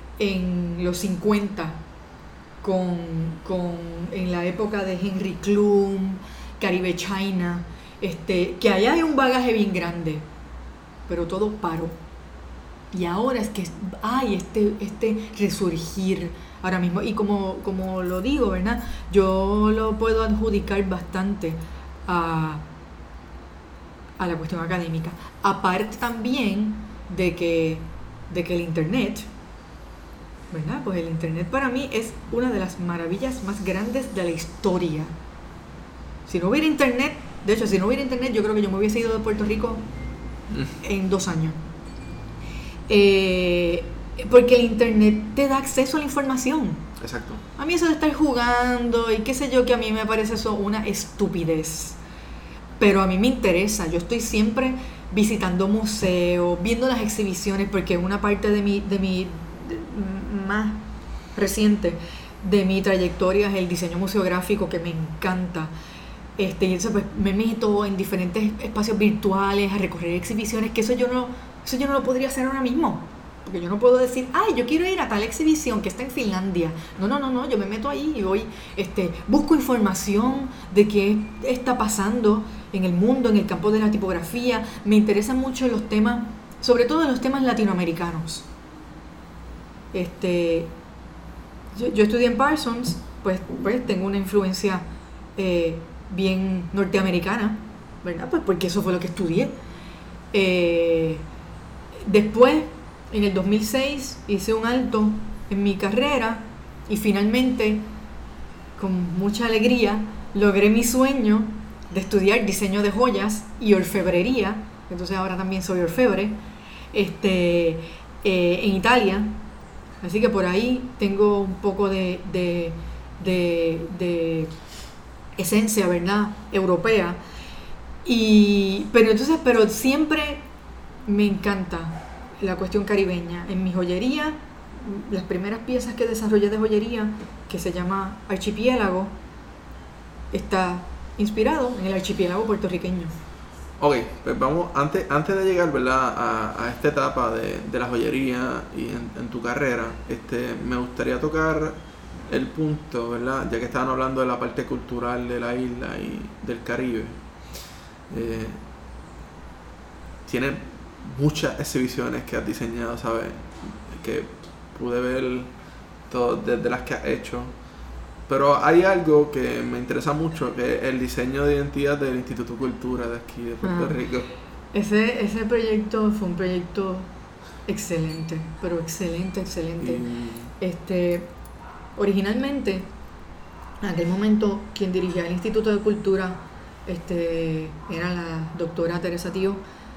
en los cincuenta, con, con, en la época de Henry Klum Caribe China, este, que allá hay un bagaje bien grande, pero todo paró. Y ahora es que hay este, este resurgir ahora mismo. Y como, como lo digo, ¿verdad? Yo lo puedo adjudicar bastante a, a la cuestión académica. Aparte también de que, de que el Internet, ¿verdad? Pues el Internet para mí es una de las maravillas más grandes de la historia. Si no hubiera Internet, de hecho, si no hubiera Internet, yo creo que yo me hubiese ido de Puerto Rico en dos años. Eh, porque el Internet te da acceso a la información. Exacto. A mí eso de estar jugando y qué sé yo, que a mí me parece eso una estupidez. Pero a mí me interesa. Yo estoy siempre visitando museos, viendo las exhibiciones, porque una parte de mi, de mi de, más reciente de mi trayectoria es el diseño museográfico, que me encanta. Este, y eso, pues, me meto en diferentes espacios virtuales a recorrer exhibiciones, que eso yo no, eso yo no lo podría hacer ahora mismo. Porque yo no puedo decir, ay, yo quiero ir a tal exhibición que está en Finlandia. No, no, no, no, yo me meto ahí y voy, este, busco información de qué está pasando en el mundo, en el campo de la tipografía. Me interesan mucho los temas, sobre todo los temas latinoamericanos. Este, yo, yo estudié en Parsons, pues, pues tengo una influencia eh, bien norteamericana, ¿verdad? Pues porque eso fue lo que estudié. Eh, después, en el dos mil seis, hice un alto en mi carrera y finalmente, con mucha alegría, logré mi sueño de estudiar diseño de joyas y orfebrería. Entonces ahora también soy orfebre, este, eh, en Italia. Así que por ahí tengo un poco de, de, de, de esencia, ¿verdad?, europea. Y, pero entonces, pero siempre me encanta la cuestión caribeña. En mi joyería, las primeras piezas que desarrollé de joyería, que se llama Archipiélago, está inspirado en el archipiélago puertorriqueño. Ok, pues vamos, antes, antes de llegar, ¿verdad?, a, a esta etapa de, de la joyería y en, en tu carrera, este, me gustaría tocar el punto, ¿verdad?, ya que estaban hablando de la parte cultural de la isla y del Caribe. Eh, tiene muchas exhibiciones que has diseñado, ¿sabes?, que pude ver todo, desde las que has hecho. Pero hay algo que me interesa mucho, que es el diseño de identidad del Instituto de Cultura de aquí, de Puerto ah, Rico. Ese, ese proyecto fue un proyecto excelente, pero excelente, excelente. Y... Este, originalmente, en aquel momento, quien dirigía el Instituto de Cultura este, era la doctora Teresa Tío,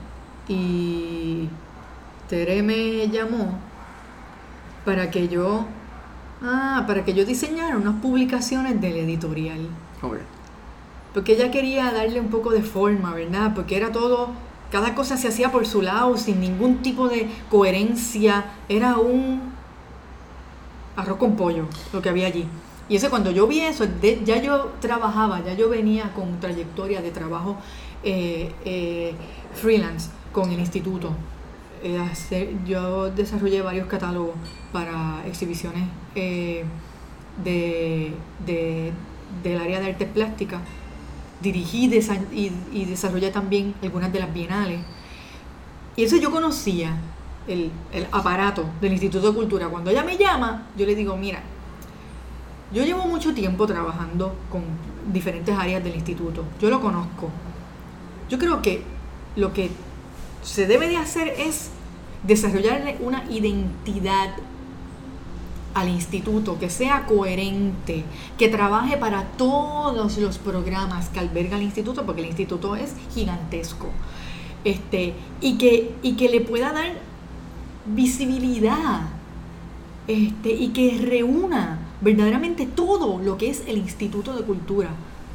y Tere me llamó para que yo... Ah, para que yo diseñara unas publicaciones del editorial. Okay. Porque ella quería darle un poco de forma, ¿verdad? Porque era todo, cada cosa se hacía por su lado, sin ningún tipo de coherencia. Era un arroz con pollo lo que había allí. Y eso, cuando yo vi eso, de, ya yo trabajaba, ya yo venía con trayectoria de trabajo eh, eh, freelance con el instituto. Eh, hacer, yo desarrollé varios catálogos para exhibiciones eh, de, de, del área de artes plásticas. Dirigí desa- y, y desarrollé también algunas de las bienales. Y eso yo conocía el, el aparato del Instituto de Cultura. Cuando ella me llama, yo le digo, mira, yo llevo mucho tiempo trabajando con diferentes áreas del instituto. Yo lo conozco. Yo creo que lo que se debe de hacer es desarrollarle una identidad al instituto que sea coherente, que trabaje para todos los programas que alberga el instituto, porque el instituto es gigantesco, este, y que, y que le pueda dar visibilidad, este, y que reúna verdaderamente todo lo que es el Instituto de Cultura.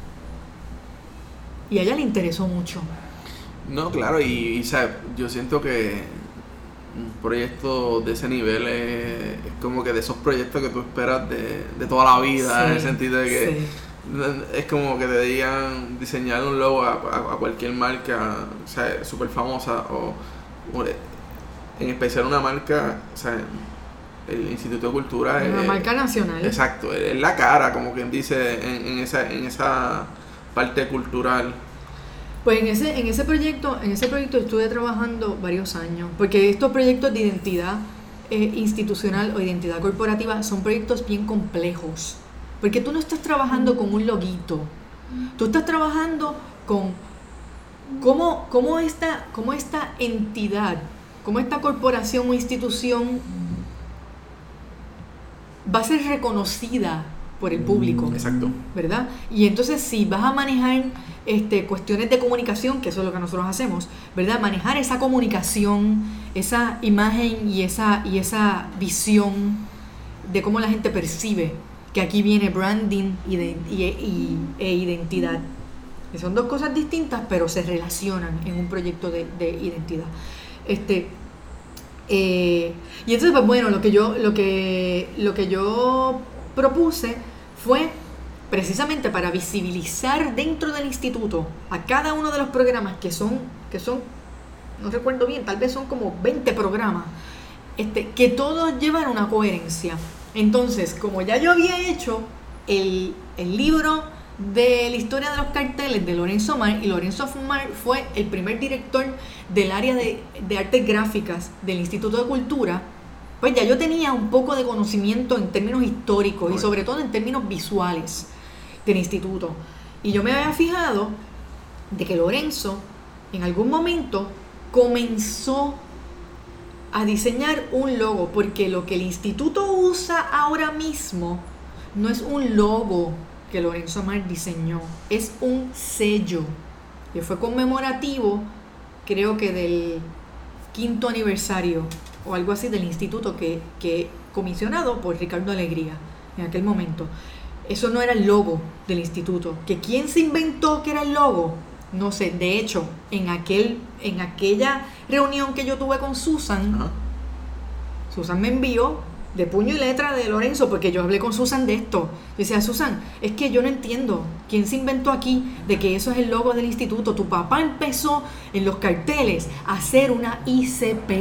Y a ella le interesó mucho. No, claro, y, y ¿sabes? Yo siento que un proyecto de ese nivel es, es como que de esos proyectos que tú esperas de, de toda la vida, sí, en el sentido de que sí. Es como que te digan diseñar un logo a, a, a cualquier marca, o sea, súper famosa, o, o en especial una marca, o sea, el Instituto de Cultura una es... marca nacional. Exacto, es la cara, como quien dice, en, en esa... En esa parte cultural. Pues en ese, en ese proyecto, en ese proyecto estuve trabajando varios años, porque estos proyectos de identidad eh, institucional o identidad corporativa son proyectos bien complejos, porque tú no estás trabajando con un loguito, tú estás trabajando con cómo, cómo, esta, cómo esta entidad, cómo esta corporación o institución va a ser reconocida por el público. Exacto. ¿Verdad? Y entonces si vas a manejar este, cuestiones de comunicación, que eso es lo que nosotros hacemos, ¿verdad? Manejar esa comunicación, esa imagen y esa, y esa visión de cómo la gente percibe que aquí viene branding y, de, y, y e identidad. Que son dos cosas distintas, pero se relacionan en un proyecto de, de identidad. Este, eh, y entonces, pues bueno, lo que yo, lo que, lo que yo propuse fue precisamente para visibilizar dentro del instituto a cada uno de los programas que son, que son, no recuerdo bien, tal vez son como veinte programas, este, que todos llevan una coherencia. Entonces, como ya yo había hecho el, el libro de la historia de los carteles de Lorenzo Mar, y Lorenzo Mar fue el primer director del área de, de artes gráficas del Instituto de Cultura, pues ya yo tenía un poco de conocimiento en términos históricos y sobre todo en términos visuales del instituto. Y yo me había fijado de que Lorenzo en algún momento comenzó a diseñar un logo, porque lo que el instituto usa ahora mismo no es un logo que Lorenzo Mar diseñó, es un sello que fue conmemorativo, creo que del quinto aniversario o algo así del instituto, que, que comisionado por Ricardo Alegría en aquel momento. Eso no era el logo del instituto. ¿Que quién se inventó que era el logo? No sé. De hecho, en aquel en aquella reunión que yo tuve con Susan, uh-huh. Susan me envió de puño y letra de Lorenzo, porque yo hablé con Susan de esto. Yo decía, Susan, es que yo no entiendo quién se inventó aquí de que eso es el logo del instituto. Tu papá empezó en los carteles a hacer una I C P.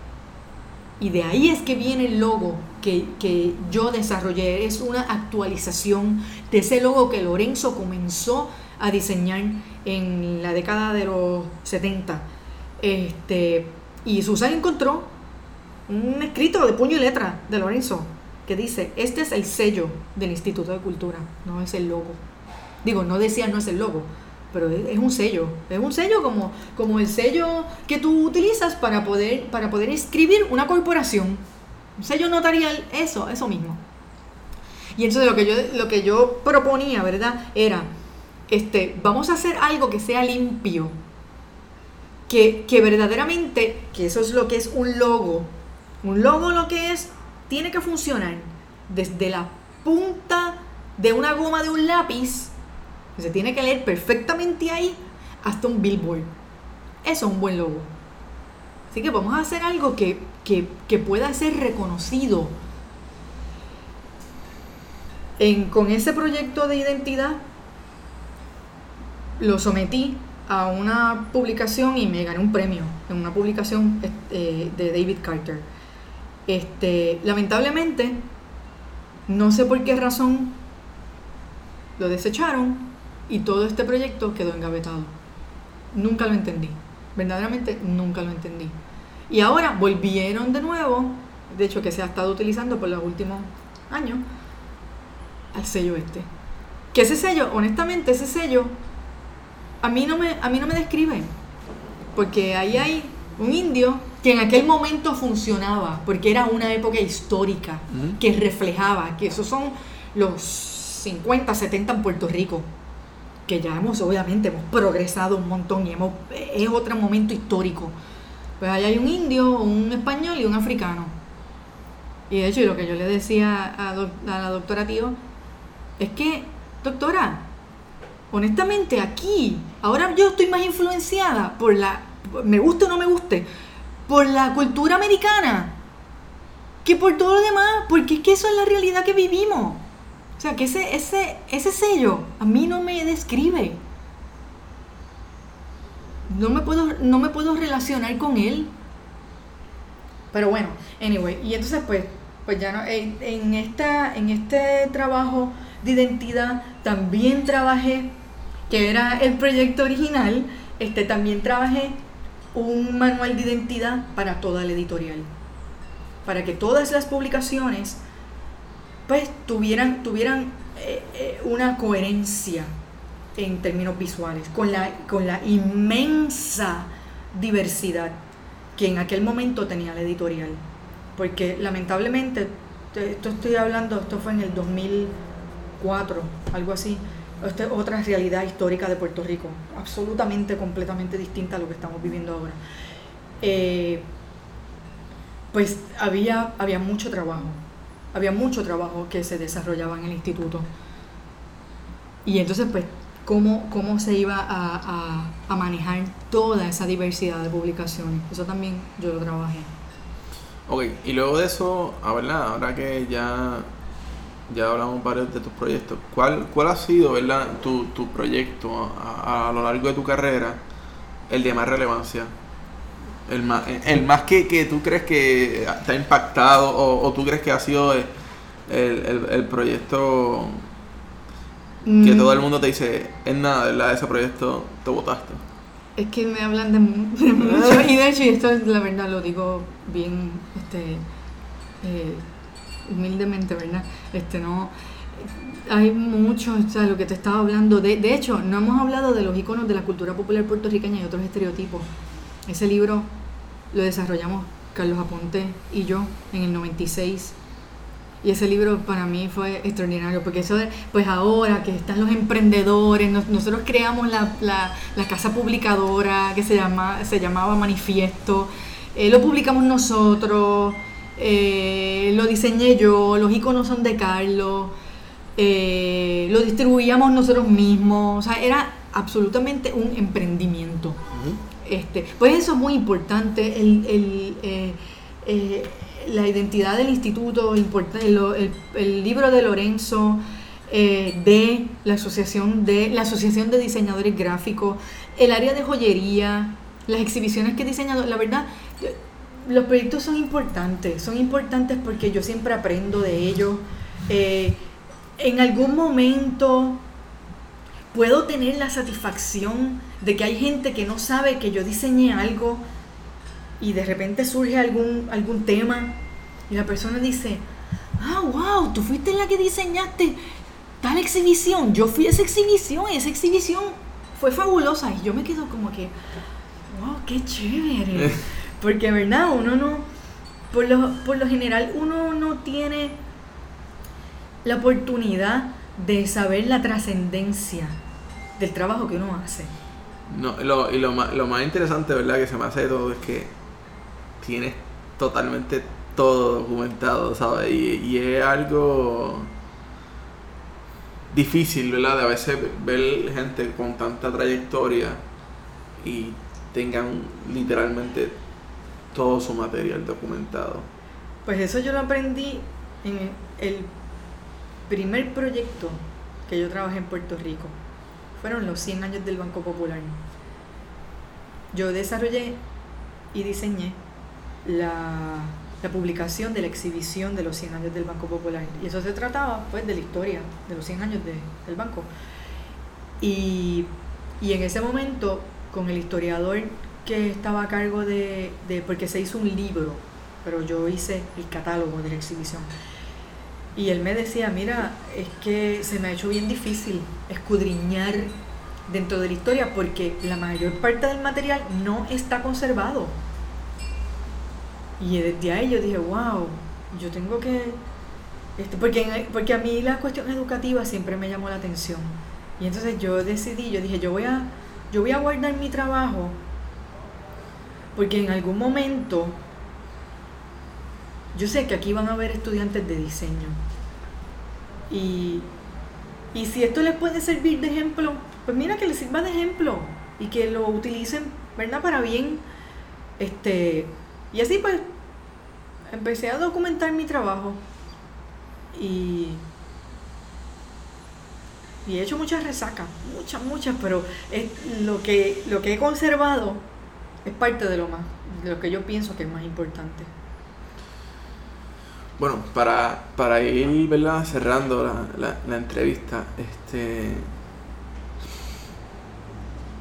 Y de ahí es que viene el logo que, que yo desarrollé. Es una actualización de ese logo que Lorenzo comenzó a diseñar en la década de los setenta. Este, y Susan encontró un escrito de puño y letra de Lorenzo que dice, este es el sello del Instituto de Cultura, no es el logo. Digo, no decía no es el logo, pero es, es un sello, es un sello como, como el sello que tú utilizas para poder, para poder inscribir una corporación, un sello notarial, eso, eso mismo. Y entonces lo que yo, lo que yo proponía, ¿verdad? Era, este, vamos a hacer algo que sea limpio, que, que verdaderamente, que eso es lo que es un logo. Un logo lo que es, tiene que funcionar desde la punta de una goma de un lápiz, que se tiene que leer perfectamente ahí, hasta un billboard. Eso es un buen logo. Así que vamos a hacer algo que, que, que pueda ser reconocido. En, con ese proyecto de identidad lo sometí a una publicación y me gané un premio en una publicación eh, de David Carter. Este, lamentablemente, no sé por qué razón lo desecharon y todo este proyecto quedó engavetado. Nunca lo entendí, verdaderamente nunca lo entendí. Y ahora volvieron de nuevo, de hecho que se ha estado utilizando por los últimos años, al sello este. Que ese sello, honestamente, ese sello a mí no me, a mí no me describe, porque ahí hay un indio que en aquel momento funcionaba, porque era una época histórica uh-huh. que reflejaba, que esos son los cincuenta, setenta en Puerto Rico, que ya hemos, obviamente, hemos progresado un montón y hemos, es otro momento histórico. Pues ahí hay un indio, un español y un africano. Y de hecho, lo que yo le decía a, do, a la doctora Tío, es que, doctora, honestamente aquí, ahora yo estoy más influenciada por la, me guste o no me guste, por la cultura americana, que por todo lo demás, porque es que eso es la realidad que vivimos. O sea, que ese, ese, ese sello a mí no me describe. No me puedo, no me puedo relacionar con él. Pero bueno, anyway, y entonces pues, pues ya no, en, en esta, en este trabajo de identidad también trabajé, que era el proyecto original, este, también trabajé un manual de identidad para toda la editorial, para que todas las publicaciones pues tuvieran, tuvieran eh, eh, una coherencia en términos visuales, con la, con la inmensa diversidad que en aquel momento tenía la editorial. Porque lamentablemente, esto estoy hablando, esto fue en el dos mil cuatro, algo así, esta es otra realidad histórica de Puerto Rico, absolutamente, completamente distinta a lo que estamos viviendo ahora. Eh, pues había, había mucho trabajo, había mucho trabajo que se desarrollaba en el instituto. Y entonces, pues, ¿cómo, cómo se iba a, a, a manejar toda esa diversidad de publicaciones? Eso también yo lo trabajé. Ok, y luego de eso, a verdad, ahora que ya, ya hablamos varios de tus proyectos, ¿cuál, cuál ha sido, verdad, tu, tu proyecto a, a lo largo de tu carrera, el de más relevancia? El más, el más que, que tú crees que te ha impactado o, o tú crees que ha sido el, el, el proyecto mm. que todo el mundo te dice, es nada, ¿verdad? Ese proyecto te botaste. Es que me hablan de, de mucho, y de hecho, y esto la verdad lo digo bien este, eh, humildemente, ¿verdad? Este, no, hay mucho, o sea, lo que te estaba hablando, de, de hecho, no hemos hablado de los iconos de la cultura popular puertorriqueña y otros estereotipos. Ese libro lo desarrollamos Carlos Aponte y yo en el noventa y seis. Y ese libro para mí fue extraordinario, porque eso de, pues ahora que están los emprendedores, nos, nosotros creamos la, la, la casa publicadora que se, llama, se llamaba Manifiesto, eh, lo publicamos nosotros, eh, lo diseñé yo, los iconos son de Carlos, eh, lo distribuíamos nosotros mismos, o sea, era absolutamente un emprendimiento. Uh-huh. Este, por eso es muy importante el... el eh, eh, la identidad del instituto, el, el, el libro de Lorenzo, eh, de la asociación de la asociación de diseñadores gráficos, el área de joyería, las exhibiciones que he diseñado. La verdad, los proyectos son importantes, son importantes porque yo siempre aprendo de ellos. Eh, en algún momento puedo tener la satisfacción de que hay gente que no sabe que yo diseñé algo y de repente surge algún, algún tema y la persona dice, ah, wow, tú fuiste la que diseñaste tal exhibición. Yo fui a esa exhibición y esa exhibición fue fabulosa. Y yo me quedo como que, wow, qué chévere. Porque, ¿verdad? Uno no, por lo, por lo general, uno no tiene la oportunidad de saber la trascendencia del trabajo que uno hace. No, lo, y lo más, lo más interesante, ¿verdad?, que se me hace de todo es que tienes totalmente todo documentado, ¿sabes? Y, y es algo difícil, ¿verdad?, de a veces ver gente con tanta trayectoria y tengan literalmente todo su material documentado. Pues eso yo lo aprendí en el primer proyecto que yo trabajé en Puerto Rico. Fueron los cien años del Banco Popular. Yo desarrollé y diseñé la, la publicación de la exhibición de los cien años del Banco Popular. Y eso se trataba, pues, de la historia de los cien años de, del banco. Y, y en ese momento, con el historiador que estaba a cargo de, de... porque se hizo un libro, pero yo hice el catálogo de la exhibición. Y él me decía, mira, es que se me ha hecho bien difícil escudriñar dentro de la historia porque la mayor parte del material no está conservado. Y desde ahí yo dije, wow, yo tengo que... Este, porque, porque a mí la cuestión educativa siempre me llamó la atención. Y entonces yo decidí, yo dije, yo voy a, yo voy a guardar mi trabajo porque en algún momento... Yo sé que aquí van a haber estudiantes de diseño y, y si esto les puede servir de ejemplo, pues mira, que les sirva de ejemplo y que lo utilicen, ¿verdad?, para bien. Este, y así pues empecé a documentar mi trabajo y, y he hecho muchas resacas, muchas, muchas, pero es lo que, lo que he conservado es parte de lo más, de lo que yo pienso que es más importante. Bueno, para, para ir, ¿verdad?, cerrando la, la, la entrevista, este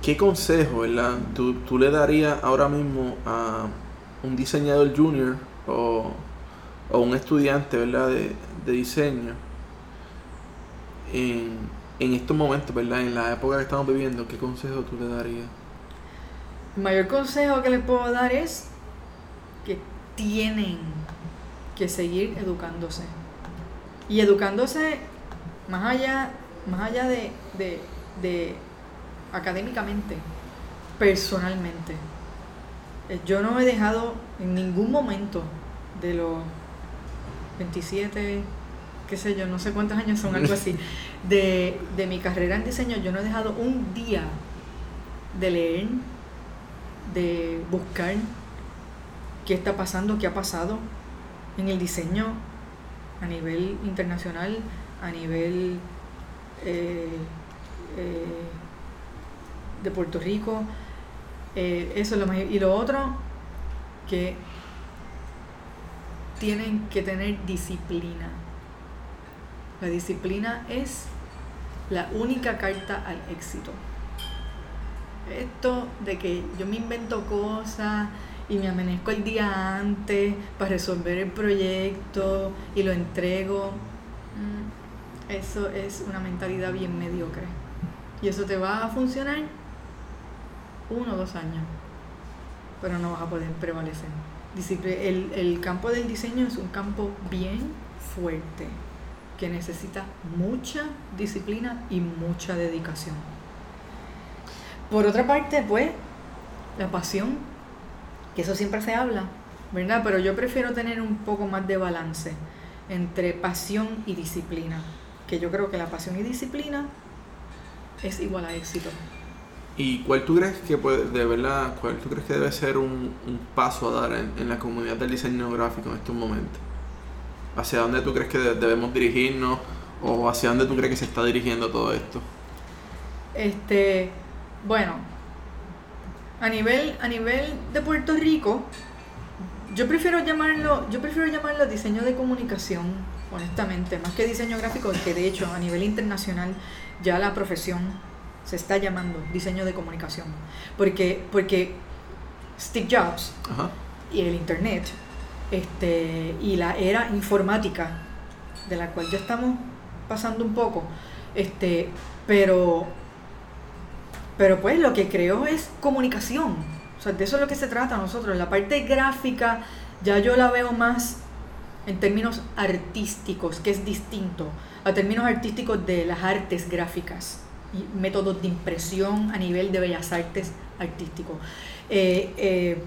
¿qué consejo, verdad, tú, tú le darías ahora mismo a un diseñador junior o, o un estudiante, ¿verdad?, de, de diseño en, en estos momentos, ¿verdad?, en la época que estamos viviendo? ¿Qué consejo tú le darías? El mayor consejo que les puedo dar es que tienen que seguir educándose. Y educándose más allá, más allá de, de, de académicamente, personalmente. Yo no he dejado en ningún momento de los veintisiete, qué sé yo, no sé cuántos años son, algo así, de, de mi carrera en diseño, yo no he dejado un día de leer, de buscar qué está pasando, qué ha pasado en el diseño a nivel internacional, a nivel eh, eh, de Puerto Rico. Eh, eso es lo más. Y lo otro, que tienen que tener disciplina. La disciplina es la única carta al éxito. Esto de que yo me invento cosas y me amanezco el día antes para resolver el proyecto y lo entrego, eso es una mentalidad bien mediocre. Y eso te va a funcionar uno o dos años, pero no vas a poder prevalecer. El, el campo del diseño es un campo bien fuerte, que necesita mucha disciplina y mucha dedicación. Por otra parte, pues, la pasión, que eso siempre se habla, ¿verdad? Pero yo prefiero tener un poco más de balance entre pasión y disciplina, que yo creo que la pasión y disciplina es igual a éxito. ¿Y cuál tú crees que puede, de verdad, cuál tú crees que debe ser un, un paso a dar en, en la comunidad del diseño gráfico en estos momentos? ¿Hacia dónde tú crees que de, debemos dirigirnos o hacia dónde tú crees que se está dirigiendo todo esto? Este, bueno, a nivel, a nivel de Puerto Rico, yo prefiero llamarlo, yo prefiero llamarlo diseño de comunicación, honestamente, más que diseño gráfico, que de hecho a nivel internacional ya la profesión se está llamando diseño de comunicación, porque, porque Steve Jobs, ajá, y el internet, este, y la era informática, de la cual ya estamos pasando un poco, este, pero, pero pues lo que creo es comunicación, o sea, de eso es lo que se trata a nosotros. La parte gráfica ya yo la veo más en términos artísticos, que es distinto a términos artísticos de las artes gráficas y métodos de impresión a nivel de bellas artes artístico. Eh, eh,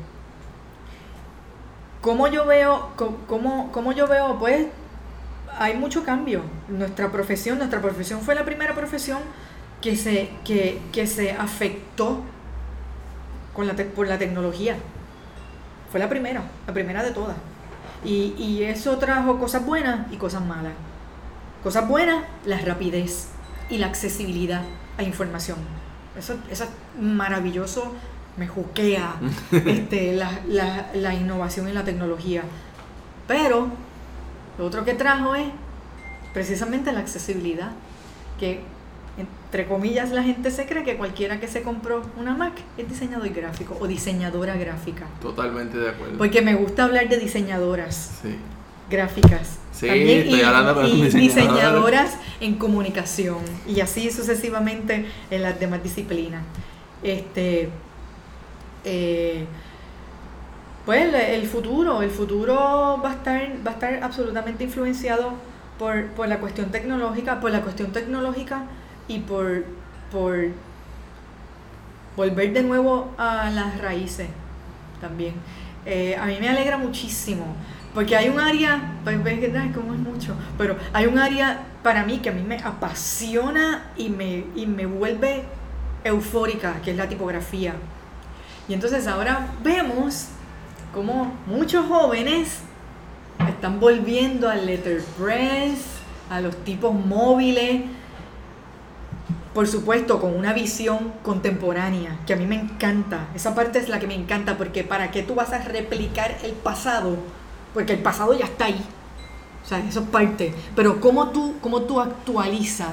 ¿Cómo yo veo, cómo, cómo yo veo? Pues hay mucho cambio. Nuestra profesión, nuestra profesión fue la primera profesión que se, que, que se afectó con la te, por la tecnología. Fue la primera, la primera de todas. Y, y eso trajo cosas buenas y cosas malas. Cosas buenas, la rapidez y la accesibilidad a información. Eso, eso es maravilloso. Me juquea este, la, la, la innovación en la tecnología. Pero lo otro que trajo es precisamente la accesibilidad, que entre comillas la gente se cree que cualquiera que se compró una Mac es diseñador gráfico o diseñadora gráfica. Totalmente de acuerdo. Porque me gusta hablar de diseñadoras, sí, gráficas. Sí, también, estoy y, hablando con y diseñadoras. diseñadoras en comunicación, y así sucesivamente en las demás disciplinas. Este Eh, pues el futuro, el futuro va a estar, va a estar absolutamente influenciado por, por la cuestión tecnológica, por la cuestión tecnológica y por, por volver de nuevo a las raíces también. Eh, a mí me alegra muchísimo, porque hay un área, pues ves que como es mucho, pero hay un área para mí que a mí me apasiona y me, y me vuelve eufórica, que es la tipografía. Y entonces ahora vemos cómo muchos jóvenes están volviendo al letterpress, a los tipos móviles, por supuesto con una visión contemporánea, que a mí me encanta. Esa parte es la que me encanta, porque ¿para qué tú vas a replicar el pasado? Porque el pasado ya está ahí. O sea, eso es parte. Pero ¿cómo tú, cómo tú actualizas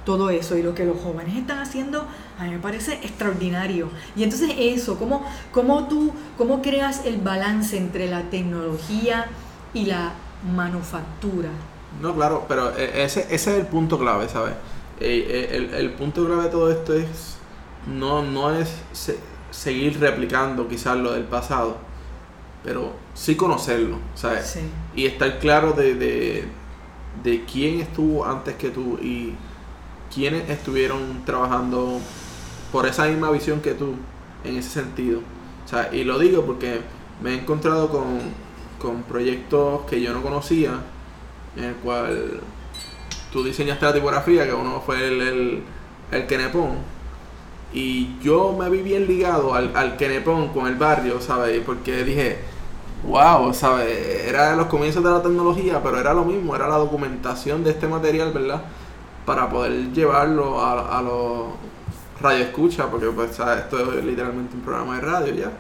todo eso, y lo que los jóvenes están haciendo a mí me parece extraordinario. Y entonces eso, ¿cómo, cómo tú cómo creas el balance entre la tecnología y la manufactura? No, claro, pero ese, ese es el punto clave, ¿sabes? El, el, el punto clave de todo esto es no, no es se, seguir replicando quizás lo del pasado, pero sí conocerlo, ¿sabes? Sí. Y estar claro de, de, de quién estuvo antes que tú y quiénes estuvieron trabajando por esa misma visión que tú en ese sentido. O sea, y lo digo porque me he encontrado con, con proyectos que yo no conocía, en el cual tú diseñaste la tipografía, que uno fue el, el, el Kenepón, y yo me vi bien ligado al, al Kenepón con el barrio, ¿sabes? Porque dije, wow, ¿sabes? Era los comienzos de la tecnología, pero era lo mismo, era la documentación de este material, ¿verdad? Para poder llevarlo a, a los radioescuchas, porque pues, ¿sabes? Esto es literalmente un programa de radio ya.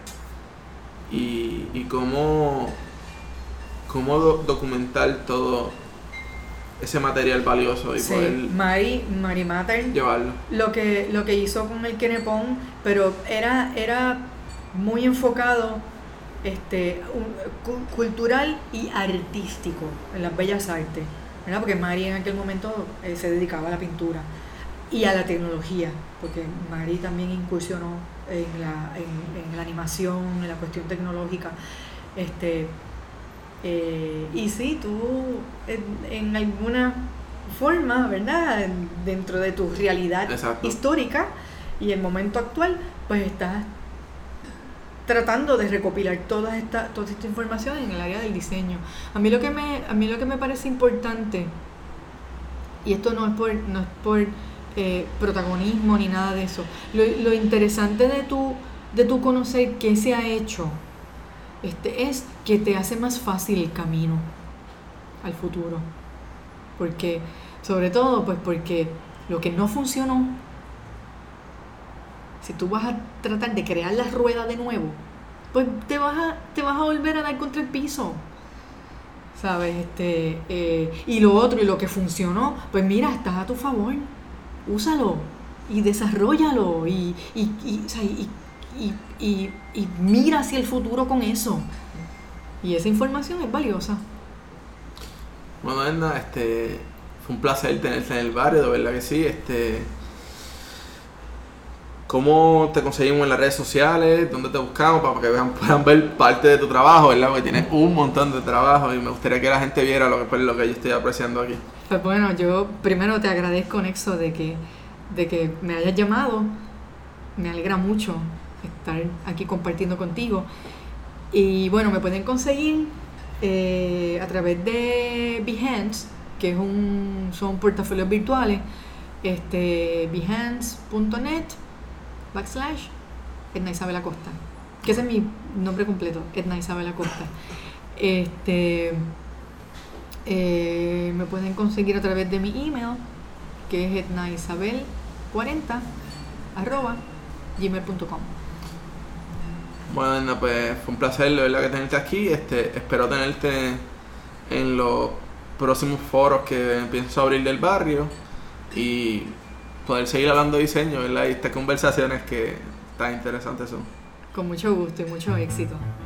Y, y cómo, cómo do- documentar todo ese material valioso y Sí, poder Mari, Mari Mater, llevarlo. lo que, lo que hizo con el Kenepón, pero era, era muy enfocado este, un, cu- cultural y artístico en las bellas artes, ¿verdad? Porque Mari en aquel momento eh, se dedicaba a la pintura y a la tecnología, porque Mari también incursionó en la, en, en la animación, en la cuestión tecnológica. Este, eh, y sí, tú en, en alguna forma, ¿verdad? En- dentro de tu realidad Exacto. histórica y el momento actual, pues estás tratando de recopilar toda esta, toda esta información en el área del diseño. A mí lo que me, a mí lo que me parece importante, y esto no es por, no es por eh, protagonismo ni nada de eso, lo, lo interesante de tu, de tu conocer qué se ha hecho, este, es que te hace más fácil el camino al futuro. Porque, sobre todo, pues porque lo que no funcionó, si tú vas a tratar de crear la rueda de nuevo, pues te vas a, te vas a volver a dar contra el piso, ¿sabes? Este, eh, y lo otro, y lo que funcionó, pues mira, estás a tu favor, úsalo y desarróllalo y, y, y, o sea, y, y, y, y mira hacia el futuro con eso. Y esa información es valiosa. Bueno, Edna, este, fue un placer tenerte en el barrio, de verdad que sí. Este, ¿cómo te conseguimos en las redes sociales? ¿Dónde te buscamos? Para que vean, puedan ver parte de tu trabajo, ¿verdad? Porque tienes un montón de trabajo y me gustaría que la gente viera lo que, pues, lo que yo estoy apreciando aquí. Pues bueno, yo primero te agradezco, Nexo, de que, de que me hayas llamado. Me alegra mucho estar aquí compartiendo contigo. Y bueno, me pueden conseguir eh, a través de Behance, que es un, son portafolios virtuales, este, behance punto net backslash Edna Isabel Acosta, que ese es mi nombre completo, Edna Isabel Acosta. Este, eh, me pueden conseguir a través de mi email, que es ednaisabel cuarenta arroba gmail punto com. Bueno, Edna, pues fue un placer, de verdad, que tenerte aquí. Este, espero tenerte en los próximos foros que empiezo a abrir del barrio y poder seguir hablando de diseño, ¿verdad? Y estas conversaciones que tan interesantes son. Con mucho gusto y mucho éxito.